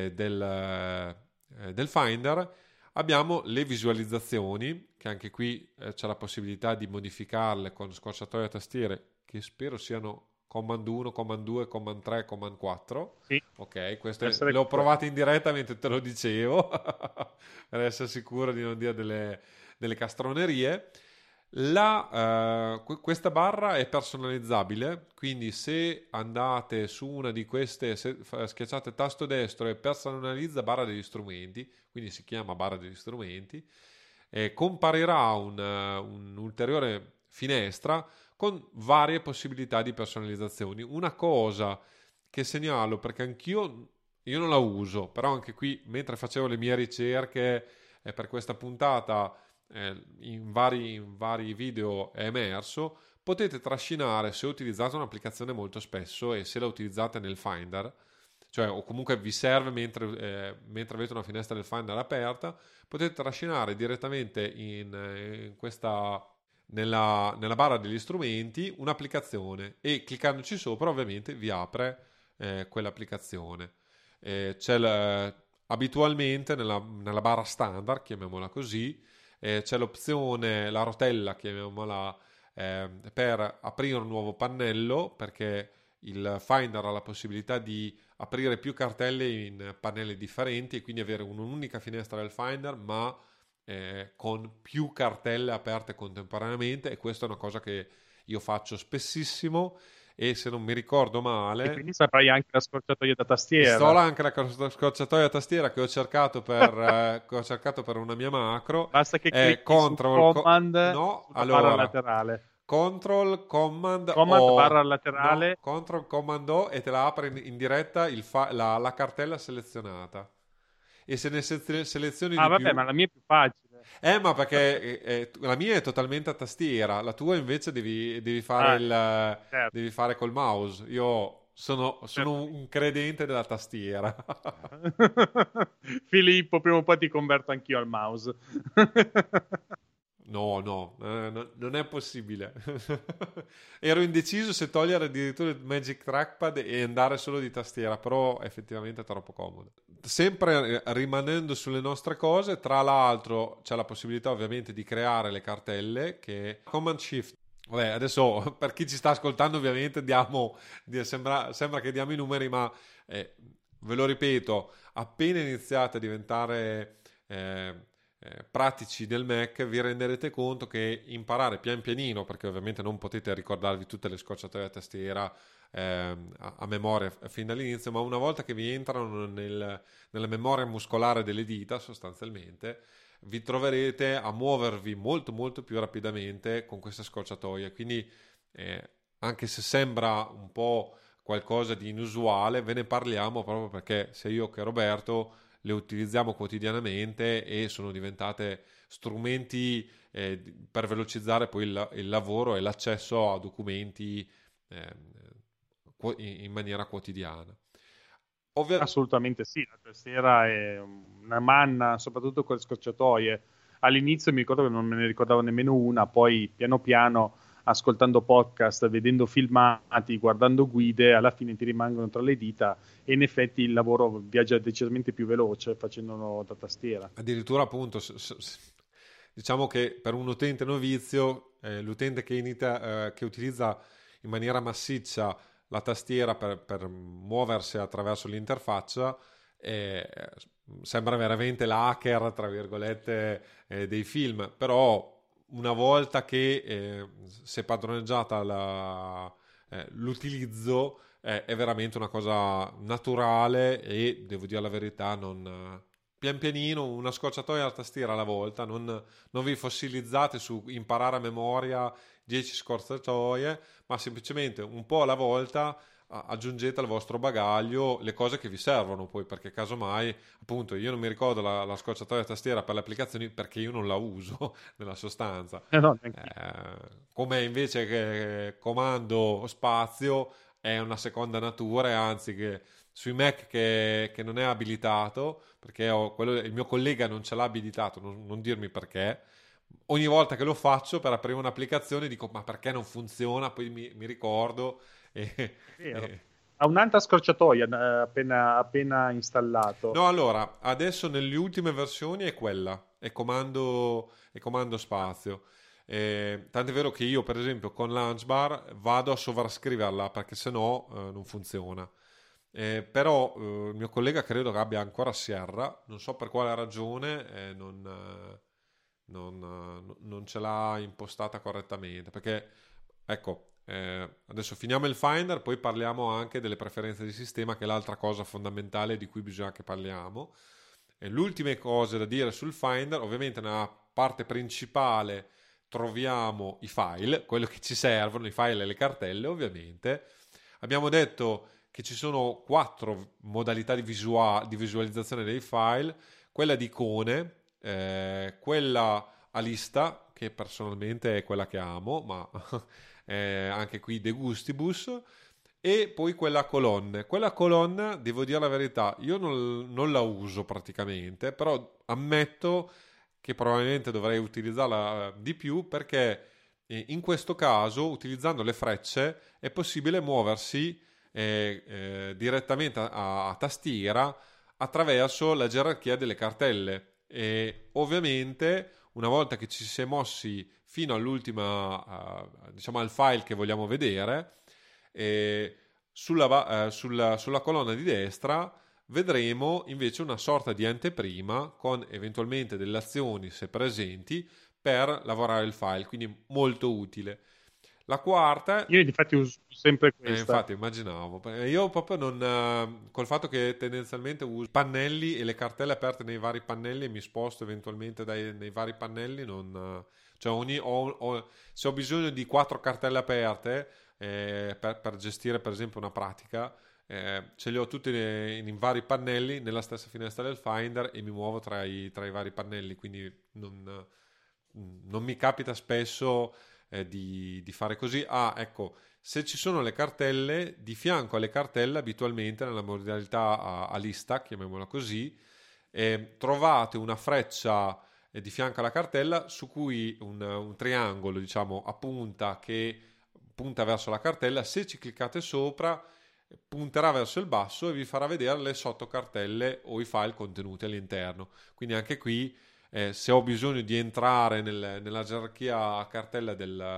del Finder abbiamo le visualizzazioni, che anche qui c'è la possibilità di modificarle con scorciatoie a tastiere, che spero siano Command 1, Command 2, Command 3, Command 4. Sì, Ok, queste essere le ho provate in diretta mentre te lo dicevo, per essere sicuro di non dire delle castronerie. Questa barra è personalizzabile, quindi se andate su una di queste, se schiacciate tasto destro e personalizza barra degli strumenti, quindi si chiama barra degli strumenti, comparirà un'ulteriore finestra con varie possibilità di personalizzazioni. Una cosa che segnalo, perché io non la uso, però anche qui mentre facevo le mie ricerche per questa puntata in vari video è emerso, potete trascinare se utilizzate un'applicazione molto spesso e se la utilizzate nel Finder, cioè o comunque vi serve mentre avete una finestra del Finder aperta, potete trascinare direttamente in questa nella barra degli strumenti un'applicazione e cliccandoci sopra ovviamente vi apre quell'applicazione. Abitualmente nella barra standard, chiamiamola così, c'è l'opzione, la rotella, chiamiamola, per aprire un nuovo pannello, perché il Finder ha la possibilità di aprire più cartelle in pannelli differenti e quindi avere un'unica finestra del Finder, ma con più cartelle aperte contemporaneamente, e questa è una cosa che io faccio spessissimo e se non mi ricordo e male quindi saprai anche la scorciatoia da sto tastiera. anche la scocciatoia a tastiera che ho cercato per una mia macro Basta che è clicchi su Command no, sulla barra allora laterale. Control Command Command barra O, no, laterale. Control Command O e te la apre in diretta la cartella selezionata e se ne selezioni Ah, di vabbè, più ma la mia è più facile. ma perché la mia è totalmente a tastiera, la tua invece devi fare Ah, certo, devi fare col mouse. Io sono certamente. un credente della tastiera. Filippo, prima o poi ti converto anch'io al mouse. No, non è possibile. Ero indeciso se togliere addirittura il Magic Trackpad e andare solo di tastiera, però effettivamente è troppo comodo. Sempre rimanendo sulle nostre cose, tra l'altro c'è la possibilità ovviamente di creare le cartelle che Command Shift. Vabbè, adesso per chi ci sta ascoltando ovviamente sembra che diamo i numeri, ma ve lo ripeto, appena iniziate a diventare pratici del Mac vi renderete conto che imparare pian pianino, perché ovviamente non potete ricordarvi tutte le scorciatoie a tastiera a memoria fin dall'inizio, ma una volta che vi entrano nella memoria muscolare delle dita sostanzialmente vi troverete a muovervi molto molto più rapidamente con queste scorciatoie, quindi anche se sembra un po' qualcosa di inusuale ve ne parliamo proprio perché sia io che Roberto le utilizziamo quotidianamente e sono diventate strumenti per velocizzare poi il lavoro e l'accesso a documenti eh, in maniera quotidiana. Assolutamente sì, la tastiera è una manna, soprattutto con le scorciatoie. All'inizio mi ricordo che non me ne ricordavo nemmeno una, poi piano piano, ascoltando podcast, vedendo filmati, guardando guide, alla fine ti rimangono tra le dita e in effetti il lavoro viaggia decisamente più veloce facendolo da tastiera. Addirittura appunto diciamo che per un utente novizio, l'utente che utilizza in maniera massiccia la tastiera per muoversi attraverso l'interfaccia, eh, sembra veramente l'hacker, tra virgolette, dei film, però una volta che si è padroneggiata l'utilizzo, è veramente una cosa naturale e devo dire la verità, non, pian pianino, una scorciatoia alla tastiera alla volta, non vi fossilizzate su imparare a memoria 10 scorciatoie, ma semplicemente un po' alla volta aggiungete al vostro bagaglio le cose che vi servono poi, perché casomai, appunto, io non mi ricordo la scorciatoia tastiera per le applicazioni perché io non la uso nella sostanza. No, neanch'io. Come invece che comando spazio è una seconda natura, e anzi che sui Mac che non è abilitato, perché il mio collega non ce l'ha abilitato, non dirmi perché. Ogni volta che lo faccio per aprire un'applicazione dico ma perché non funziona? Poi mi ricordo e, È vero. e- Ha un'altra scorciatoia appena installato. No, allora, adesso nelle ultime versioni è quella, è comando spazio. Tant'è vero che io, per esempio, con Launchbar vado a sovrascriverla perché sennò non funziona. Però il mio collega credo che abbia ancora Sierra, non so per quale ragione non ce l'ha impostata correttamente. Perché, ecco, adesso finiamo il Finder, poi parliamo anche delle preferenze di sistema, che è l'altra cosa fondamentale di cui bisogna che parliamo. E le ultime cose da dire sul Finder, ovviamente nella parte principale troviamo i file, quello che ci servono, i file e le cartelle ovviamente. Abbiamo detto che ci sono 4 modalità di visualizzazione dei file, quella di icone, quella a lista, che personalmente è quella che amo, ma anche qui de gustibus, e poi quella a colonne. Quella a colonna, devo dire la verità, io non la uso praticamente, però ammetto che probabilmente dovrei utilizzarla di più perché in questo caso, utilizzando le frecce, è possibile muoversi direttamente a tastiera attraverso la gerarchia delle cartelle. E ovviamente, una volta che ci si è mossi fino all'ultima, diciamo al file che vogliamo vedere, sulla colonna di destra vedremo invece una sorta di anteprima con eventualmente delle azioni, se presenti, per lavorare il file, quindi molto utile. La quarta, Io infatti uso sempre questa. infatti immaginavo, io proprio non, col fatto che tendenzialmente uso pannelli e le cartelle aperte nei vari pannelli e mi sposto eventualmente nei vari pannelli, non, cioè se ho bisogno di 4 cartelle aperte per gestire per esempio una pratica, ce le ho tutte in vari pannelli nella stessa finestra del Finder e mi muovo tra i vari pannelli, quindi non mi capita spesso di fare così. Ah, ecco, se ci sono le cartelle, di fianco alle cartelle, abitualmente nella modalità a lista, chiamiamola così, trovate una freccia di fianco alla cartella su cui un triangolo, diciamo, a punta che punta verso la cartella. Se ci cliccate sopra, punterà verso il basso e vi farà vedere le sottocartelle o i file contenuti all'interno. Quindi anche qui se ho bisogno di entrare nella gerarchia a cartella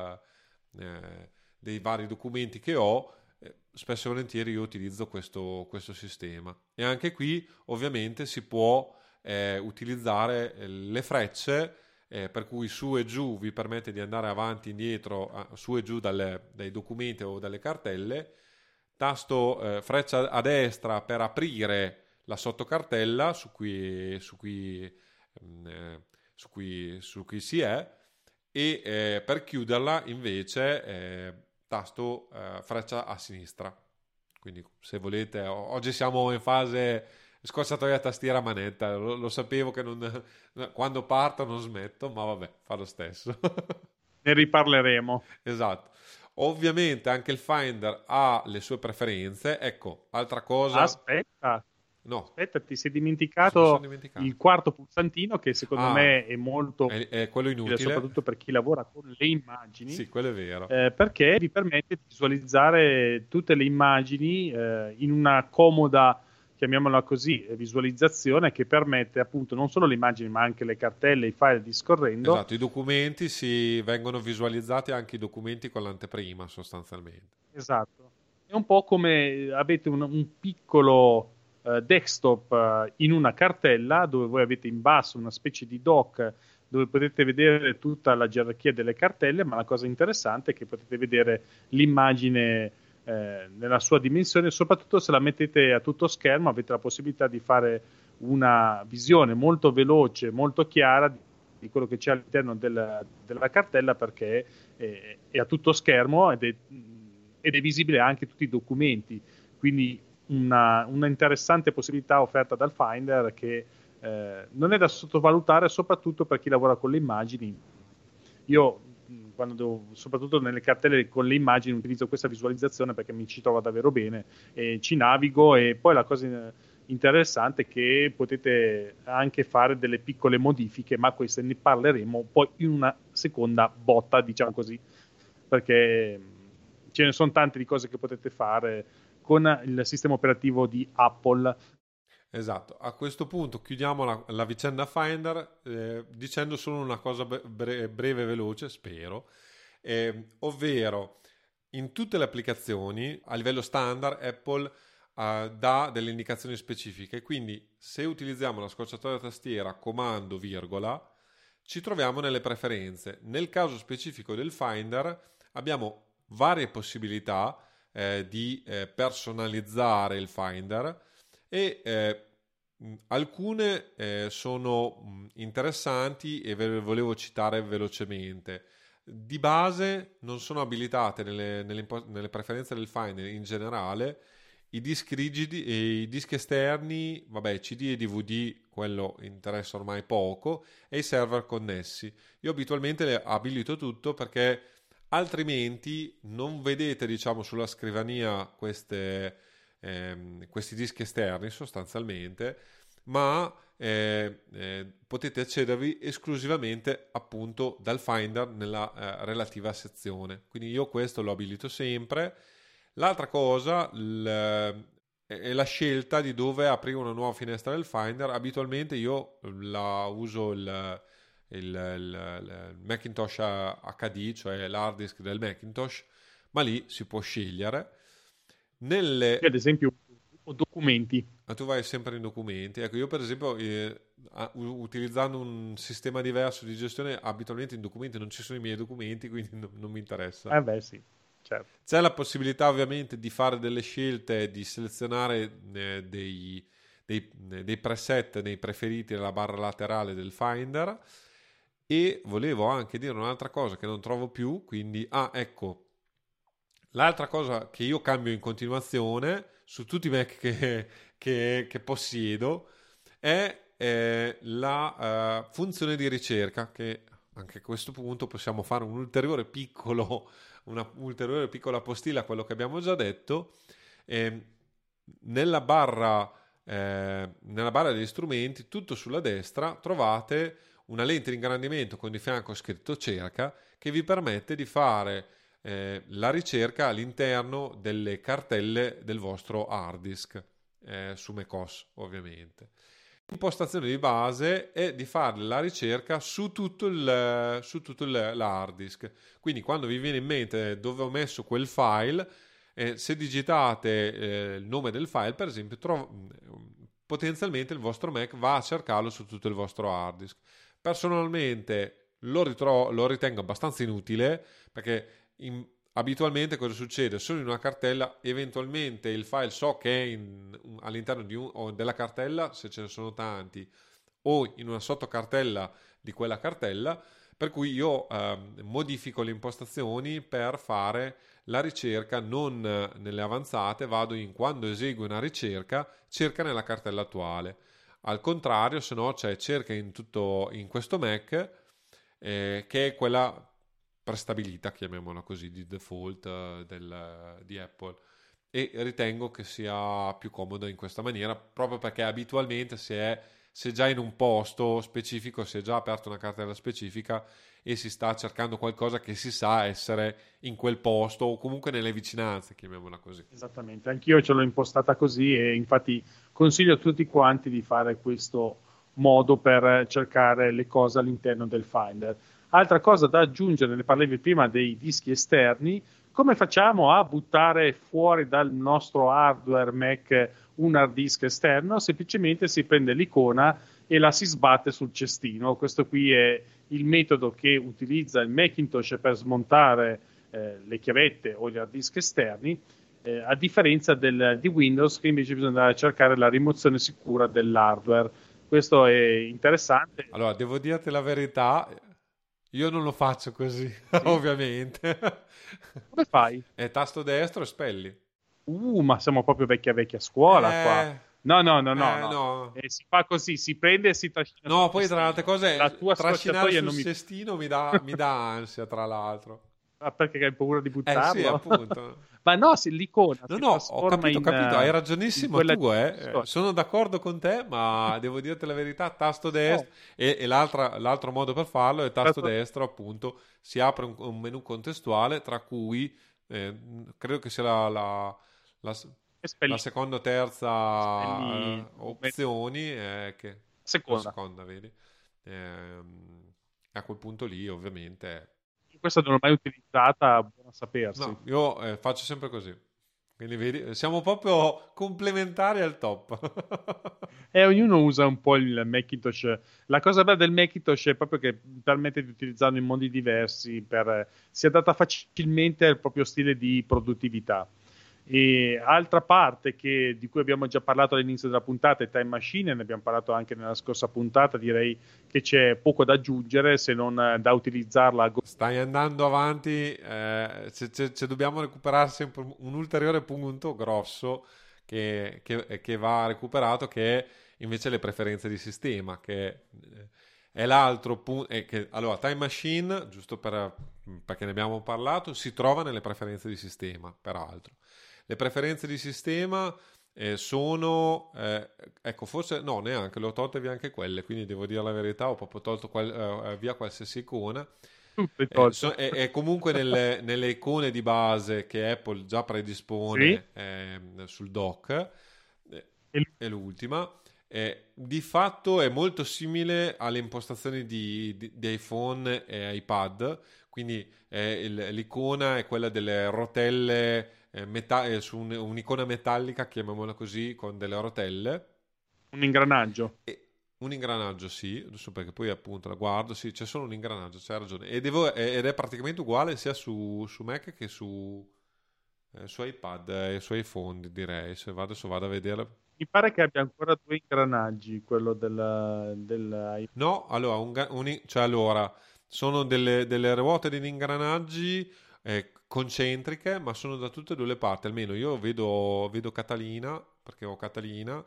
dei vari documenti che ho, spesso e volentieri io utilizzo questo sistema. E anche qui ovviamente si può utilizzare le frecce, per cui su e giù vi permette di andare avanti e indietro, su e giù dai documenti o dalle cartelle, tasto freccia a destra per aprire la sottocartella su cui si è, e per chiuderla invece tasto freccia a sinistra. Quindi se volete, oggi siamo in fase scorciatoia tastiera manetta, lo sapevo che quando parto non smetto, ma vabbè, fa lo stesso. Ne riparleremo. Esatto. Ovviamente anche il Finder ha le sue preferenze. Ecco, altra cosa. Aspetta, No, aspetta, ti sei cosa mi sono dimenticato dimenticato? il quarto pulsantino che secondo Ah, me è molto è quello utile, inutile. soprattutto per chi lavora con le immagini, Sì, quello è vero. perché vi permette di visualizzare tutte le immagini in una comoda, chiamiamola così, visualizzazione che permette appunto non solo le immagini ma anche le cartelle, i file discorrendo. Esatto, i documenti vengono visualizzati, anche i documenti con l'anteprima sostanzialmente. Esatto. È un po' come avete un piccolo desktop in una cartella dove voi avete in basso una specie di dock dove potete vedere tutta la gerarchia delle cartelle, ma la cosa interessante è che potete vedere l'immagine nella sua dimensione, soprattutto se la mettete a tutto schermo avete la possibilità di fare una visione molto veloce, molto chiara di quello che c'è all'interno della cartella perché è a tutto schermo ed è visibile anche tutti i documenti. Quindi una interessante possibilità offerta dal Finder che non è da sottovalutare, soprattutto per chi lavora con le immagini. Io, soprattutto nelle cartelle con le immagini, utilizzo questa visualizzazione perché mi ci trovo davvero bene e ci navigo. E poi la cosa interessante è che potete anche fare delle piccole modifiche, ma queste ne parleremo poi in una seconda botta, diciamo così, perché ce ne sono tante di cose che potete fare con il sistema operativo di Apple. Esatto, a questo punto chiudiamo la vicenda Finder dicendo solo una cosa breve e veloce, spero, ovvero in tutte le applicazioni a livello standard Apple dà delle indicazioni specifiche, quindi se utilizziamo la scorciatoia tastiera comando virgola ci troviamo nelle preferenze. Nel caso specifico del Finder abbiamo varie possibilità di personalizzare il Finder e alcune sono interessanti e ve le volevo citare velocemente. Di base non sono abilitate nelle preferenze del Finder in generale i dischi rigidi e i dischi esterni, vabbè, CD e DVD, quello interessa ormai poco, e i server connessi. Io abitualmente le abilito tutto perché altrimenti non vedete, diciamo, sulla scrivania questi dischi esterni sostanzialmente, ma potete accedervi esclusivamente appunto dal Finder nella relativa sezione. Quindi io questo lo abilito sempre. L'altra cosa è la scelta di dove aprire una nuova finestra del Finder. Abitualmente io la uso il Macintosh HD, cioè l'hard disk del Macintosh, ma lì si può scegliere. Ad esempio, documenti. Ma tu vai sempre in documenti. Ecco, io per esempio, utilizzando un sistema diverso di gestione, abitualmente in documenti non ci sono i miei documenti, quindi non mi interessa. Beh, sì, certo. C'è la possibilità ovviamente di fare delle scelte, di selezionare dei preset nei preferiti nella barra laterale del Finder. E volevo anche dire un'altra cosa che non trovo più, quindi, ecco, l'altra cosa che io cambio in continuazione su tutti i Mac che possiedo è la funzione di ricerca, che anche a questo punto possiamo fare una ulteriore piccola postilla a quello che abbiamo già detto. Nella barra degli strumenti, tutto sulla destra, trovate una lente di ingrandimento con di fianco scritto cerca che vi permette di fare la ricerca all'interno delle cartelle del vostro hard disk su macOS ovviamente. L'impostazione di base è di fare la ricerca su tutto l'hard disk, quindi quando vi viene in mente dove ho messo quel file, se digitate il nome del file per esempio potenzialmente il vostro Mac va a cercarlo su tutto il vostro hard disk. Personalmente lo ritengo abbastanza inutile perché abitualmente cosa succede? Sono in una cartella, eventualmente il file so che è all'interno della cartella, se ce ne sono tanti, o in una sottocartella di quella cartella, per cui io modifico le impostazioni per fare la ricerca non nelle avanzate, quando eseguo una ricerca, cerca nella cartella attuale. Al contrario, se no c'è cerca in questo Mac, che è quella prestabilita, chiamiamola così, di default di Apple, e ritengo che sia più comodo in questa maniera proprio perché abitualmente se già in un posto specifico, si è già aperta una cartella specifica e si sta cercando qualcosa che si sa essere in quel posto o comunque nelle vicinanze, chiamiamola così. Esattamente, anch'io ce l'ho impostata così e infatti consiglio a tutti quanti di fare questo modo per cercare le cose all'interno del Finder. Altra cosa da aggiungere, ne parlavi prima dei dischi esterni, come facciamo a buttare fuori dal nostro hardware Mac un hard disk esterno? Semplicemente si prende l'icona e la si sbatte sul cestino. Questo qui è il metodo che utilizza il Macintosh per smontare le chiavette o gli hard disk esterni, a differenza di Windows, che invece bisogna andare a cercare la rimozione sicura dell'hardware. Questo è interessante. Allora, devo dirti la verità, io non lo faccio così, Sì. ovviamente. Come fai? È tasto destro e spelli. Ma siamo proprio vecchia vecchia scuola qua. Eh, No, no, no, no, no. no. Si fa così, si prende e si trascina sul No, poi tra le altre cestino. La cose, tua trascinare scocciatoia sul non mi... cestino mi dà ansia, tra l'altro. Ah, perché hai paura di Sì, buttarlo? appunto. Ma no, l'icona No, si no, ho trasforma capito, hai in ragionissimo quella tu, di eh. disco. Sono d'accordo con te, ma devo dirti la verità, tasto No, destro e l'altro modo per farlo è tasto destro, appunto, si apre un menu contestuale tra cui credo che sia la- la spelli, seconda o terza spelli opzioni, la seconda. seconda, vedi? A quel punto lì, ovviamente. Questa non l'ho mai utilizzata, buona a sapersi. No, io faccio sempre così. Quindi vedi, siamo proprio complementari al top. E ognuno usa un po' il Macintosh. La cosa bella del Macintosh è proprio che permette di utilizzarlo in modi diversi, si adatta facilmente al proprio stile di produttività. E altra parte di cui abbiamo già parlato all'inizio della puntata è Time Machine, ne abbiamo parlato anche nella scorsa puntata, direi che c'è poco da aggiungere se non da utilizzarla a Stai andando avanti, dobbiamo recuperare sempre un ulteriore punto grosso che va recuperato, che è invece le preferenze di sistema, che è l'altro punto. Allora, Time Machine, giusto perché ne abbiamo parlato, si trova nelle preferenze di sistema, peraltro. Le preferenze di sistema sono, ecco, forse no, neanche, le ho tolte via anche quelle, quindi devo dire la verità, ho proprio tolto via qualsiasi icona. tutto è tolto. È comunque nelle icone di base che Apple già Sì, predispone sul dock, e è l'ultima. Di fatto è molto simile alle impostazioni di iPhone e iPad, quindi l'icona è quella delle rotelle su un'icona metallica, chiamiamola così, con delle rotelle. un ingranaggio. E un ingranaggio, sì, adesso perché poi appunto la guardo, sì, c'è solo un ingranaggio, c'hai ragione. Ed è praticamente uguale sia su Mac che su iPad e su iPhone, direi. Se adesso vado a vedere. Mi pare che abbia ancora due ingranaggi, quello No, allora, cioè, allora sono delle ruote degli ingranaggi concentriche, ma sono da tutte e due le parti. Almeno io vedo Catalina, perché ho Catalina.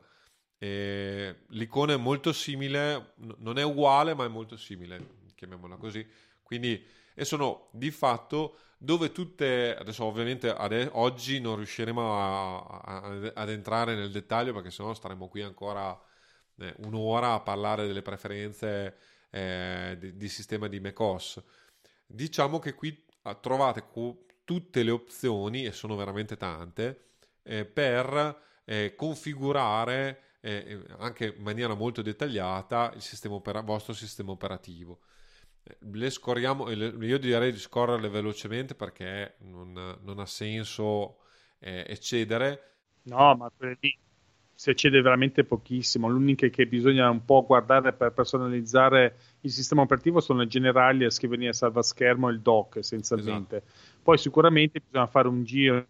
E l'icona è molto simile, non è uguale, ma è molto simile, chiamiamola così. Quindi, e sono di fatto dove tutte, adesso ovviamente oggi non riusciremo ad entrare nel dettaglio perché sennò staremo qui ancora un'ora a parlare delle preferenze di sistema di macOS. Diciamo che qui trovate tutte le opzioni, e sono veramente tante, per configurare anche in maniera molto dettagliata il vostro sistema operativo. Le scorriamo, io direi di scorrerle velocemente perché non ha senso eccedere. No, ma quelle lì si accede veramente pochissimo. L'unica che bisogna un po' guardare per personalizzare il sistema operativo sono le generali, la scrivania salva schermo e il dock, Esatto. essenzialmente. Poi sicuramente bisogna fare un giro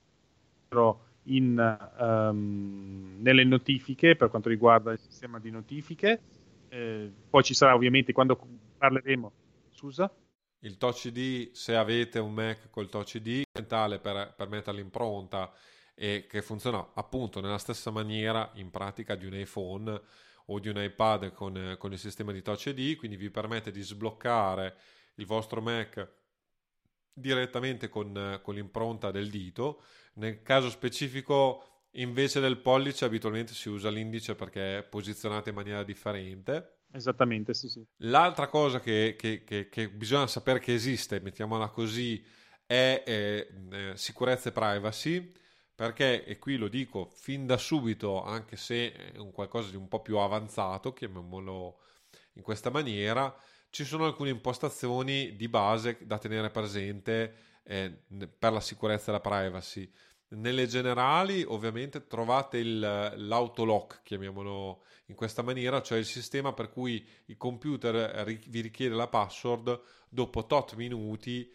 nelle notifiche per quanto riguarda il sistema di notifiche. Poi ci sarà ovviamente quando parleremo. Scusa? Il Touch ID, se avete un Mac col Touch ID, è tale per mettere l'impronta e che funziona appunto nella stessa maniera in pratica di un iPhone o di un iPad con il sistema di Touch ID, quindi vi permette di sbloccare il vostro Mac direttamente con l'impronta del dito. Nel caso specifico invece del pollice abitualmente si usa l'indice perché è posizionato in maniera differente. Esattamente, sì, sì. L'altra cosa che bisogna sapere che esiste, mettiamola così, è sicurezza e privacy, perché, e qui lo dico fin da subito, anche se è un qualcosa di un po' più avanzato, chiamiamolo in questa maniera, ci sono alcune impostazioni di base da tenere presente per la sicurezza e la privacy. Nelle generali, ovviamente, trovate l'autolock, chiamiamolo in questa maniera, cioè il sistema per cui il computer vi richiede la password dopo tot minuti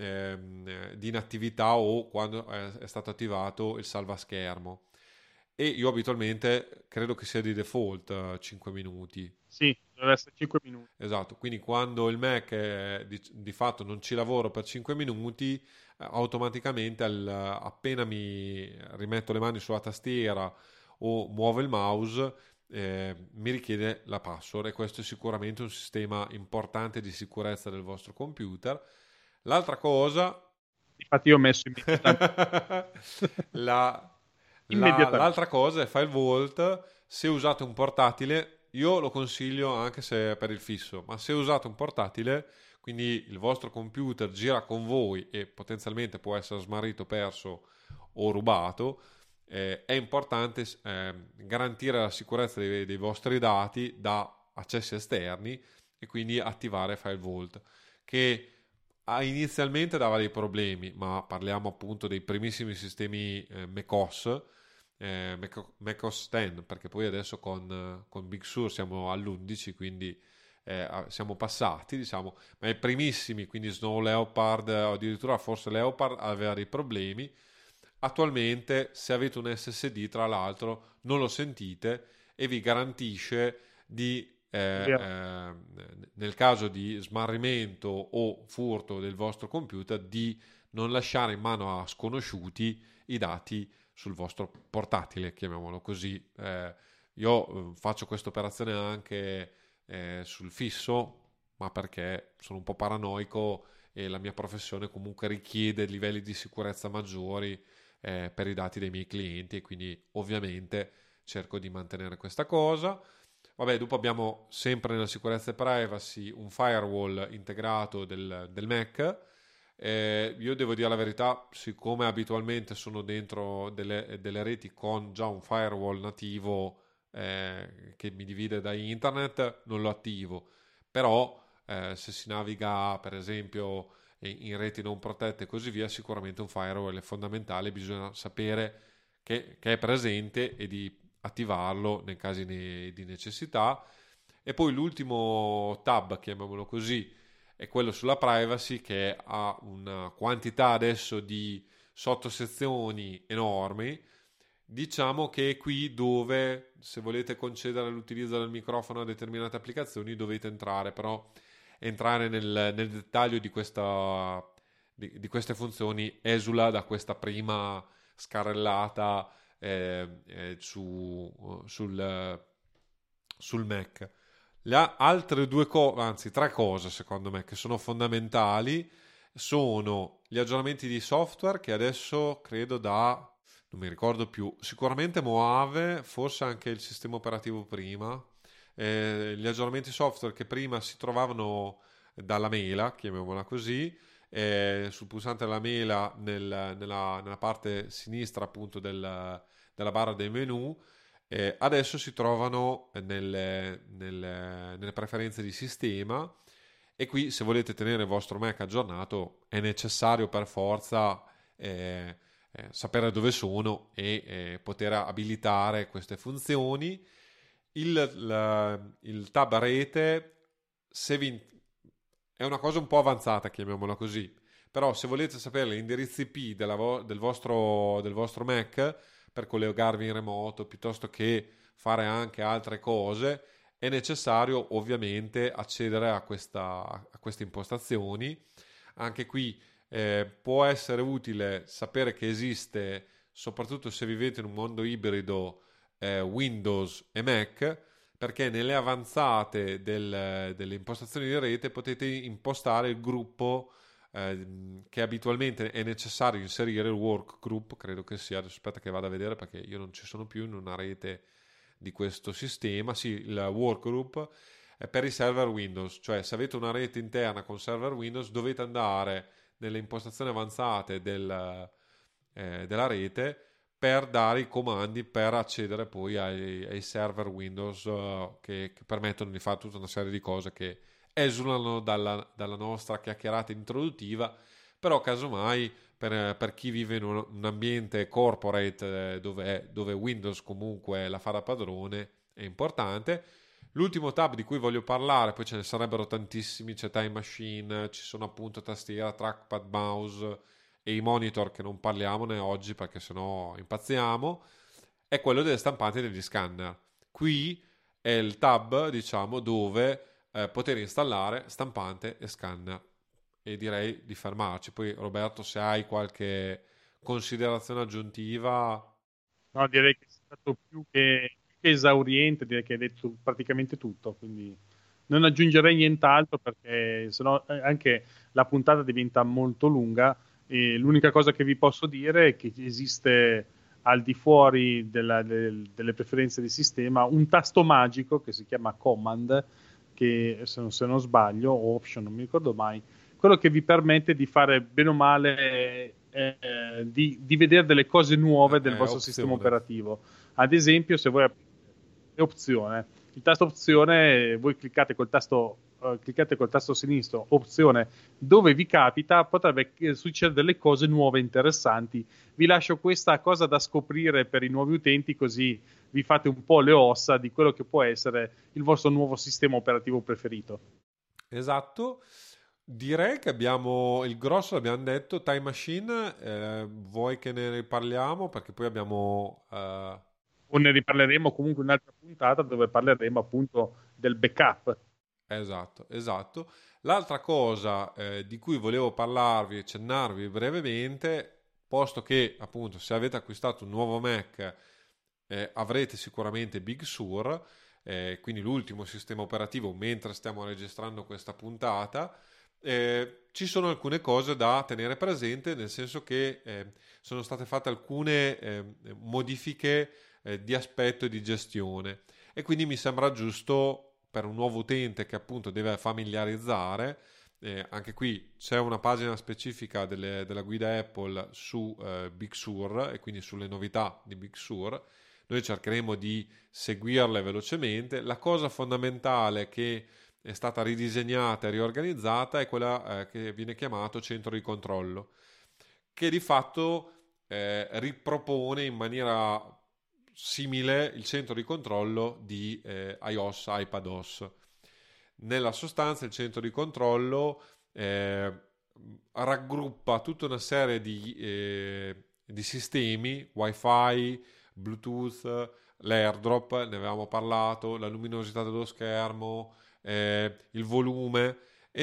di inattività o quando è stato attivato il salvaschermo. E io abitualmente credo che sia di default 5 minuti. Sì, deve essere 5 minuti. Esatto, quindi quando il Mac di fatto non ci lavoro per 5 minuti, automaticamente appena mi rimetto le mani sulla tastiera o muovo il mouse, mi richiede la password, e questo è sicuramente un sistema importante di sicurezza del vostro computer. L'altra cosa, Infatti io ho messo immediatamente. la- Immediatamente. l'altra cosa è File Vault. Se usate un portatile, io lo consiglio anche se è per il fisso, ma se usate un portatile, quindi il vostro computer gira con voi e potenzialmente può essere smarrito, perso o rubato, è importante garantire la sicurezza dei vostri dati da accessi esterni e quindi attivare File Vault, che inizialmente dava dei problemi, ma parliamo appunto dei primissimi sistemi macOS, macOS 10, perché poi adesso con Big Sur siamo all'11, quindi siamo passati, diciamo, ma i primissimi, quindi Snow Leopard o addirittura forse Leopard, aveva dei problemi. Attualmente, se avete un SSD, tra l'altro, non lo sentite e vi garantisce di, Vero. nel caso di smarrimento o furto del vostro computer, di non lasciare in mano a sconosciuti i dati sul vostro portatile, chiamiamolo così. Io faccio questa operazione anche sul fisso, ma perché sono un po' paranoico e la mia professione comunque richiede livelli di sicurezza maggiori per i dati dei miei clienti, e quindi ovviamente cerco di mantenere questa cosa. Vabbè, dopo abbiamo sempre nella sicurezza e privacy un firewall integrato del Mac. Io devo dire la verità, siccome abitualmente sono dentro delle reti con già un firewall nativo che mi divide da internet, non lo attivo. Però se si naviga per esempio in reti non protette e così via, sicuramente un firewall è fondamentale, bisogna sapere che è presente e di attivarlo nei casi di necessità. E poi l'ultimo tab, chiamiamolo così, è quello sulla privacy, che ha una quantità adesso di sottosezioni enormi. Diciamo che è qui dove, se volete concedere l'utilizzo del microfono a determinate applicazioni, dovete entrare, però entrare nel dettaglio di queste funzioni esula da questa prima scarrellata sul Mac. Le altre anzi tre cose secondo me che sono fondamentali sono gli aggiornamenti di software, che adesso credo non mi ricordo più, sicuramente Mojave, forse anche il sistema operativo prima, gli aggiornamenti software che prima si trovavano dalla mela, chiamiamola così, sul pulsante della mela nella parte sinistra appunto della barra dei menu. Adesso si trovano nelle preferenze di sistema, e qui, se volete tenere il vostro Mac aggiornato, è necessario per forza sapere dove sono e poter abilitare queste funzioni. Il tab rete, se vi è una cosa un po' avanzata, chiamiamola così, però se volete sapere gli indirizzi IP del vostro Mac per collegarvi in remoto piuttosto che fare anche altre cose, è necessario ovviamente accedere a queste impostazioni. Anche qui può essere utile sapere che esiste, soprattutto se vivete in un mondo ibrido Windows e Mac, perché nelle avanzate delle impostazioni di rete potete impostare il gruppo che abitualmente è necessario inserire il workgroup, credo che sia, adesso aspetta che vado a vedere perché io non ci sono più in una rete di questo sistema. Sì, il workgroup è per i server Windows, cioè se avete una rete interna con server Windows dovete andare nelle impostazioni avanzate della rete per dare i comandi per accedere poi ai server Windows che permettono di fare tutta una serie di cose che esulano dalla nostra chiacchierata introduttiva, però casomai per chi vive in un ambiente corporate dove Windows comunque la fa da padrone è importante. L'ultimo tab di cui voglio parlare, poi ce ne sarebbero tantissimi, c'è Time Machine, ci sono appunto tastiera, trackpad, mouse e i monitor che non parliamone oggi perché sennò impazziamo, è quello delle stampanti e degli scanner. Qui è il tab, diciamo, dove poter installare stampante e scanner. E direi di fermarci. Poi Roberto, se hai qualche considerazione aggiuntiva. No, direi che è stato più che esauriente, direi che hai detto praticamente tutto, quindi non aggiungerei nient'altro perché sennò anche la puntata diventa molto lunga e l'unica cosa che vi posso dire è che esiste al di fuori delle preferenze di sistema un tasto magico che si chiama Command, che se non sbaglio, o Option, non mi ricordo mai, quello che vi permette di fare bene o male, di vedere delle cose nuove del vostro sistema Opzione. operativo. Ad esempio, se voi è opzione, il tasto opzione, voi cliccate col tasto sinistro, opzione, dove vi capita, potrebbe succedere delle cose nuove interessanti. Vi lascio questa cosa da scoprire per i nuovi utenti, così vi fate un po' le ossa di quello che può essere il vostro nuovo sistema operativo preferito. Esatto. Direi che abbiamo il grosso, l'abbiamo detto. Time Machine, vuoi che ne riparliamo? Perché poi abbiamo O ne riparleremo comunque in un'altra puntata dove parleremo appunto del backup. esatto, esatto. L'altra cosa di cui volevo parlarvi e accennarvi brevemente, posto che appunto se avete acquistato un nuovo Mac avrete sicuramente Big Sur, quindi l'ultimo sistema operativo mentre stiamo registrando questa puntata. Ci sono alcune cose da tenere presente, nel senso che sono state fatte alcune modifiche di aspetto e di gestione e quindi mi sembra giusto per un nuovo utente che appunto deve familiarizzare. Anche qui c'è una pagina specifica della guida Apple su Big Sur e quindi sulle novità di Big Sur. Noi cercheremo di seguirle velocemente. La cosa fondamentale che è stata ridisegnata e riorganizzata è quella che viene chiamato centro di controllo, che di fatto ripropone in maniera simile il centro di controllo di iOS, iPadOS. Nella sostanza il centro di controllo raggruppa tutta una serie di sistemi, Wi-Fi, Bluetooth, l'AirDrop, ne avevamo parlato, la luminosità dello schermo, il volume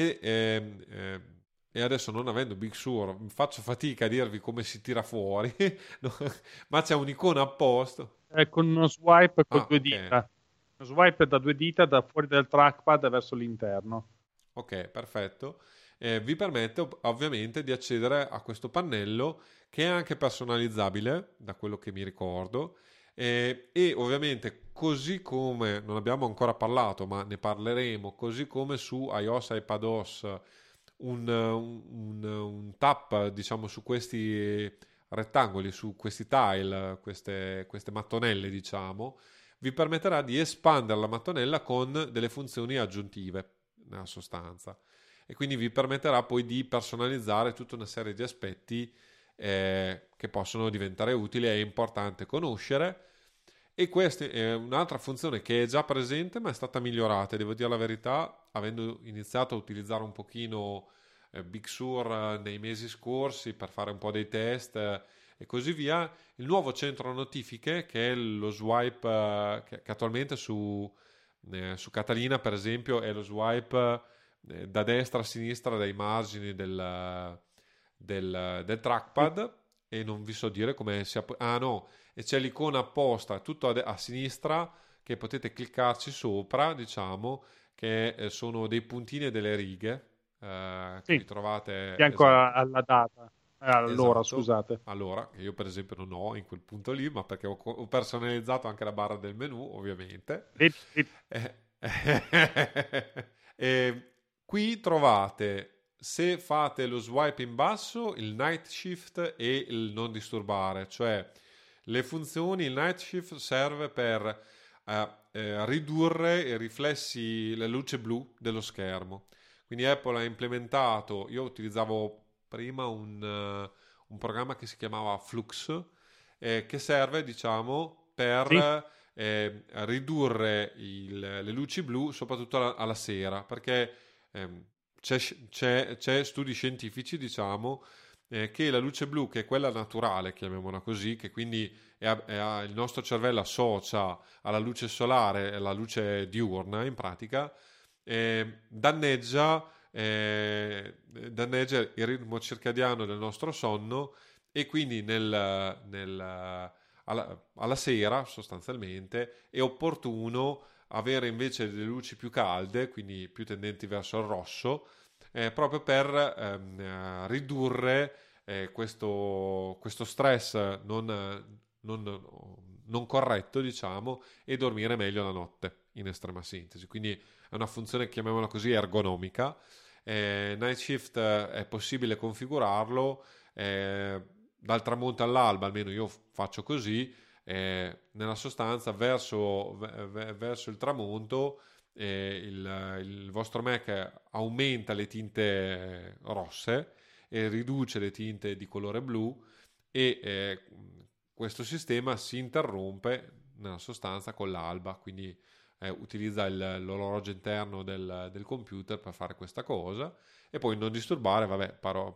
e adesso non avendo Big Sur faccio fatica a dirvi come si tira fuori, no? Ma c'è un'icona apposta. Con uno swipe con Ah, due ok. dita. Uno swipe da due dita da fuori dal trackpad verso l'interno. Ok, perfetto. Vi permette ovviamente di accedere a questo pannello che è anche personalizzabile, da quello che mi ricordo, e ovviamente così come non abbiamo ancora parlato, ma ne parleremo, così come su iOS e iPadOS, un tap, diciamo, su questi rettangoli, su questi tile, queste mattonelle, diciamo, vi permetterà di espandere la mattonella con delle funzioni aggiuntive, nella sostanza. E quindi vi permetterà poi di personalizzare tutta una serie di aspetti che possono diventare utili e importante conoscere. E questa è un'altra funzione che è già presente ma è stata migliorata, devo dire la verità, avendo iniziato a utilizzare un pochino Big Sur nei mesi scorsi per fare un po' dei test e così via. Il nuovo centro notifiche, che è lo swipe che attualmente su Catalina per esempio è lo swipe da destra a sinistra dai margini del trackpad, e non vi so dire come sia. Ah no, e c'è l'icona apposta tutto a sinistra che potete cliccarci sopra, diciamo, che sono dei puntini e delle righe, che vi Sì, trovate, fianco esatto, alla data, all'ora, esatto, scusate. allora, che io per esempio non ho in quel punto lì, ma perché ho personalizzato anche la barra del menu, ovviamente. Vedi, vedi. Eh, e qui trovate, se fate lo swipe in basso, il night shift e il non disturbare, cioè le funzioni. Il night shift serve per ridurre i riflessi, la luce blu dello schermo. Quindi Apple ha implementato, io utilizzavo prima un programma che si chiamava Flux, che serve, diciamo, Sì, per ridurre le luci blu, soprattutto alla sera, perché c'è studi scientifici, diciamo, che la luce blu, che è quella naturale, chiamiamola così, che quindi il nostro cervello associa alla luce solare, alla luce diurna in pratica, danneggia il ritmo circadiano del nostro sonno, e quindi alla sera sostanzialmente è opportuno avere invece delle luci più calde, quindi più tendenti verso il rosso, proprio per ridurre questo stress non corretto, diciamo, e dormire meglio la notte, in estrema sintesi. Quindi è una funzione, chiamiamola così, ergonomica. Night Shift è possibile configurarlo dal tramonto all'alba, almeno io faccio così. Nella sostanza, verso il tramonto, il vostro Mac aumenta le tinte rosse e riduce le tinte di colore blu, e questo sistema si interrompe nella sostanza con l'alba, quindi utilizza l'orologio interno del computer per fare questa cosa. E poi non disturbare, vabbè,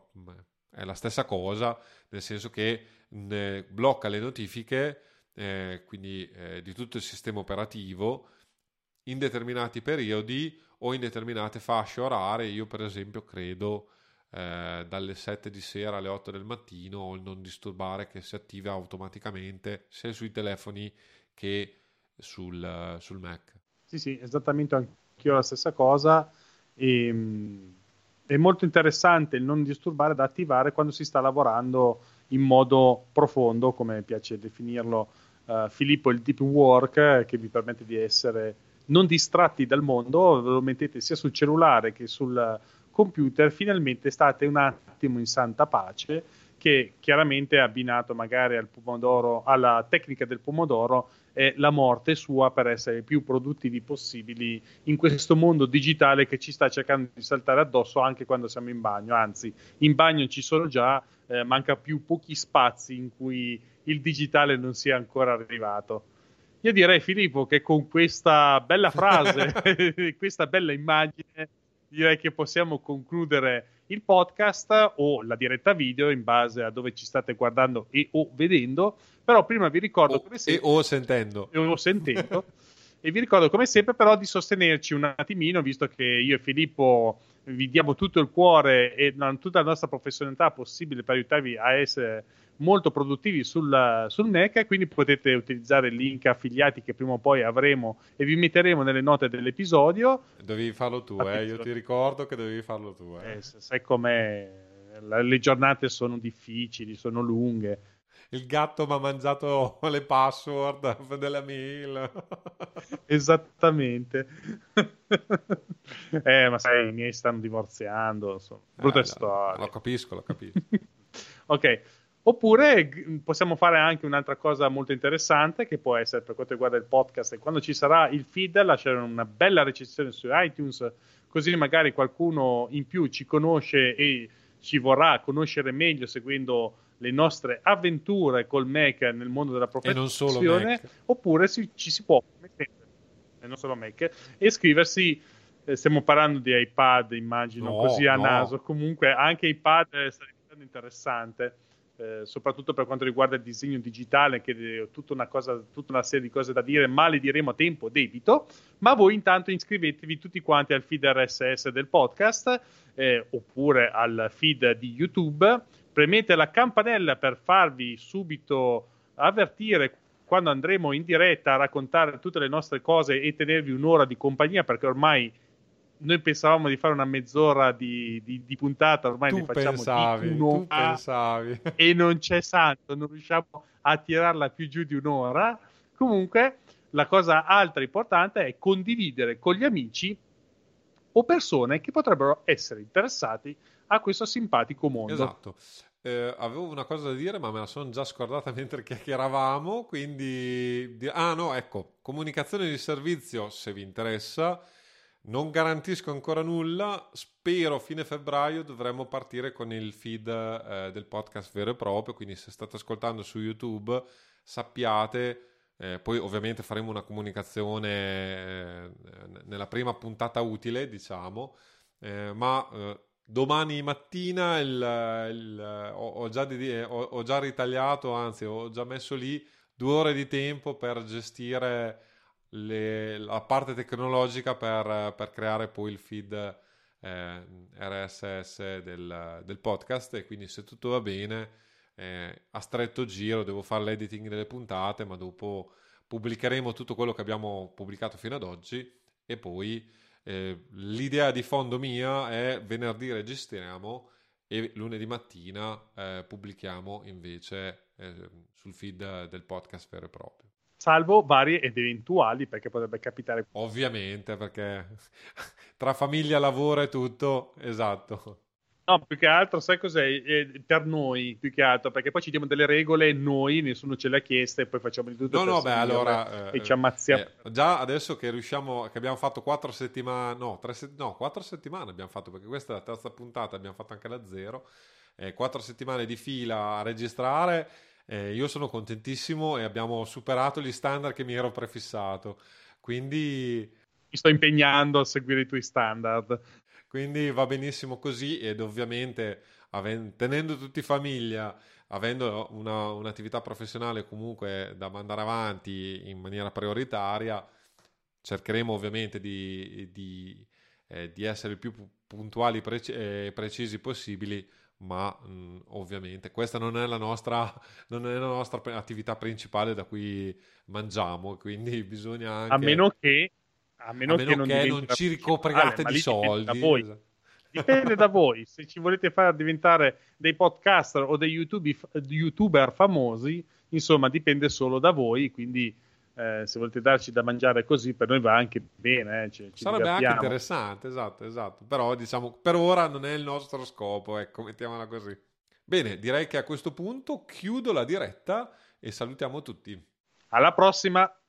è la stessa cosa, nel senso che blocca le notifiche, quindi di tutto il sistema operativo, in determinati periodi o in determinate fasce orarie. Io per esempio credo dalle 7 di sera alle 8 del mattino ho il non disturbare che si attiva automaticamente sia sui telefoni che sul Mac. sì, sì, esattamente anch'io la stessa cosa. E, è molto interessante il non disturbare da attivare quando si sta lavorando in modo profondo, come piace definirlo Filippo, il deep work, che vi permette di essere non distratti dal mondo. Ve lo mettete sia sul cellulare che sul computer, finalmente state un attimo in santa pace, che chiaramente è abbinato magari al pomodoro, alla tecnica del pomodoro, è la morte sua per essere più produttivi possibili in questo mondo digitale che ci sta cercando di saltare addosso anche quando siamo in bagno. Anzi, in bagno ci sono già, manca più pochi spazi in cui il digitale non sia ancora arrivato. Io direi, Filippo, che con questa bella frase, questa bella immagine, direi che possiamo concludere il podcast o la diretta video in base a dove ci state guardando e o vedendo. Però prima vi ricordo, come sempre, O sentendo. o sentendo, e vi ricordo come sempre però di sostenerci un attimino, visto che io e Filippo vi diamo tutto il cuore e tutta la nostra professionalità possibile per aiutarvi a essere molto produttivi sul Mac. Quindi potete utilizzare il link affiliati che prima o poi avremo e vi metteremo nelle note dell'episodio. Dovevi farlo tu, io ti Attenzione, ricordo che dovevi farlo tu. sai com'è, le giornate sono difficili, sono lunghe. Il gatto mi ha mangiato le password della mail. Esattamente. Ma sai, i miei stanno divorziando, insomma, brutte Lo storie. capisco, lo capisco. Ok, oppure possiamo fare anche un'altra cosa molto interessante che può essere per quanto riguarda il podcast, e quando ci sarà il feed lasciare una bella recensione su iTunes, così magari qualcuno in più ci conosce e ci vorrà conoscere meglio seguendo le nostre avventure col Mac nel mondo della E non solo professione. Mac. Oppure ci si può, come sempre, e non solo Mac, e iscriversi. Stiamo parlando di iPad, immagino, No, così a naso. no. Comunque anche iPad sta diventando interessante, soprattutto per quanto riguarda il disegno digitale, che è tutta una serie di cose da dire, ma le diremo a tempo debito. Ma voi intanto iscrivetevi tutti quanti al feed RSS del podcast, oppure al feed di YouTube. Premete la campanella per farvi subito avvertire quando andremo in diretta a raccontare tutte le nostre cose e tenervi un'ora di compagnia, perché ormai noi pensavamo di fare una mezz'ora di puntata, ormai ne Tu facciamo di pensavi, tu un'ora pensavi. e non c'è santo, non riusciamo a tirarla più giù di un'ora. Comunque, la cosa altra importante è condividere con gli amici o persone che potrebbero essere interessati a questo simpatico mondo. Esatto. Avevo una cosa da dire, ma me la sono già scordata mentre chiacchieravamo, quindi... Ah no, ecco, comunicazione di servizio, se vi interessa. Non garantisco ancora nulla, spero fine febbraio dovremmo partire con il feed del podcast vero e proprio, quindi se state ascoltando su YouTube sappiate, poi ovviamente faremo una comunicazione nella prima puntata utile, diciamo, ma domani mattina ho già ritagliato, anzi ho già messo lì 2 ore di tempo per gestire la parte tecnologica per creare poi il feed RSS del podcast, e quindi se tutto va bene a stretto giro devo fare l'editing delle puntate, ma dopo pubblicheremo tutto quello che abbiamo pubblicato fino ad oggi, e poi l'idea di fondo mia è venerdì registriamo e lunedì mattina pubblichiamo invece sul feed del podcast vero e proprio. Salvo varie ed eventuali, perché potrebbe capitare. Ovviamente, perché tra famiglia, lavoro e tutto, esatto. No, più che altro, sai cos'è? Per noi, più che altro, perché poi ci diamo delle regole, noi, nessuno ce le ha chieste, e poi facciamo di tutto No, per no, beh, seguirle allora, e ci ammazziamo. già adesso che riusciamo, che abbiamo fatto 4 settimane, no, 4 settimane abbiamo fatto, perché questa è la terza puntata, abbiamo fatto anche la zero, 4 settimane di fila a registrare, io sono contentissimo e abbiamo superato gli standard che mi ero prefissato, quindi Mi sto impegnando a seguire i tuoi standard. Quindi va benissimo così, ed ovviamente tenendo tutti famiglia, avendo un'attività professionale comunque da mandare avanti in maniera prioritaria, cercheremo ovviamente di essere il più puntuali e precisi possibili, ma ovviamente questa non è la nostra attività principale da cui mangiamo, quindi bisogna A anche... meno che, A non meno che diventi non la ci principale, ricopriate ma di lì dipende da soldi. voi. Dipende da voi. Se ci volete far diventare dei podcaster o dei YouTuber famosi, insomma, dipende solo da voi. Quindi, se volete darci da mangiare così, per noi va anche bene, ci Sarebbe anche divertiamo. interessante, esatto, esatto. Però diciamo, per ora non è il nostro scopo, ecco, mettiamola così. Bene, direi che a questo punto chiudo la diretta e salutiamo tutti. Alla prossima!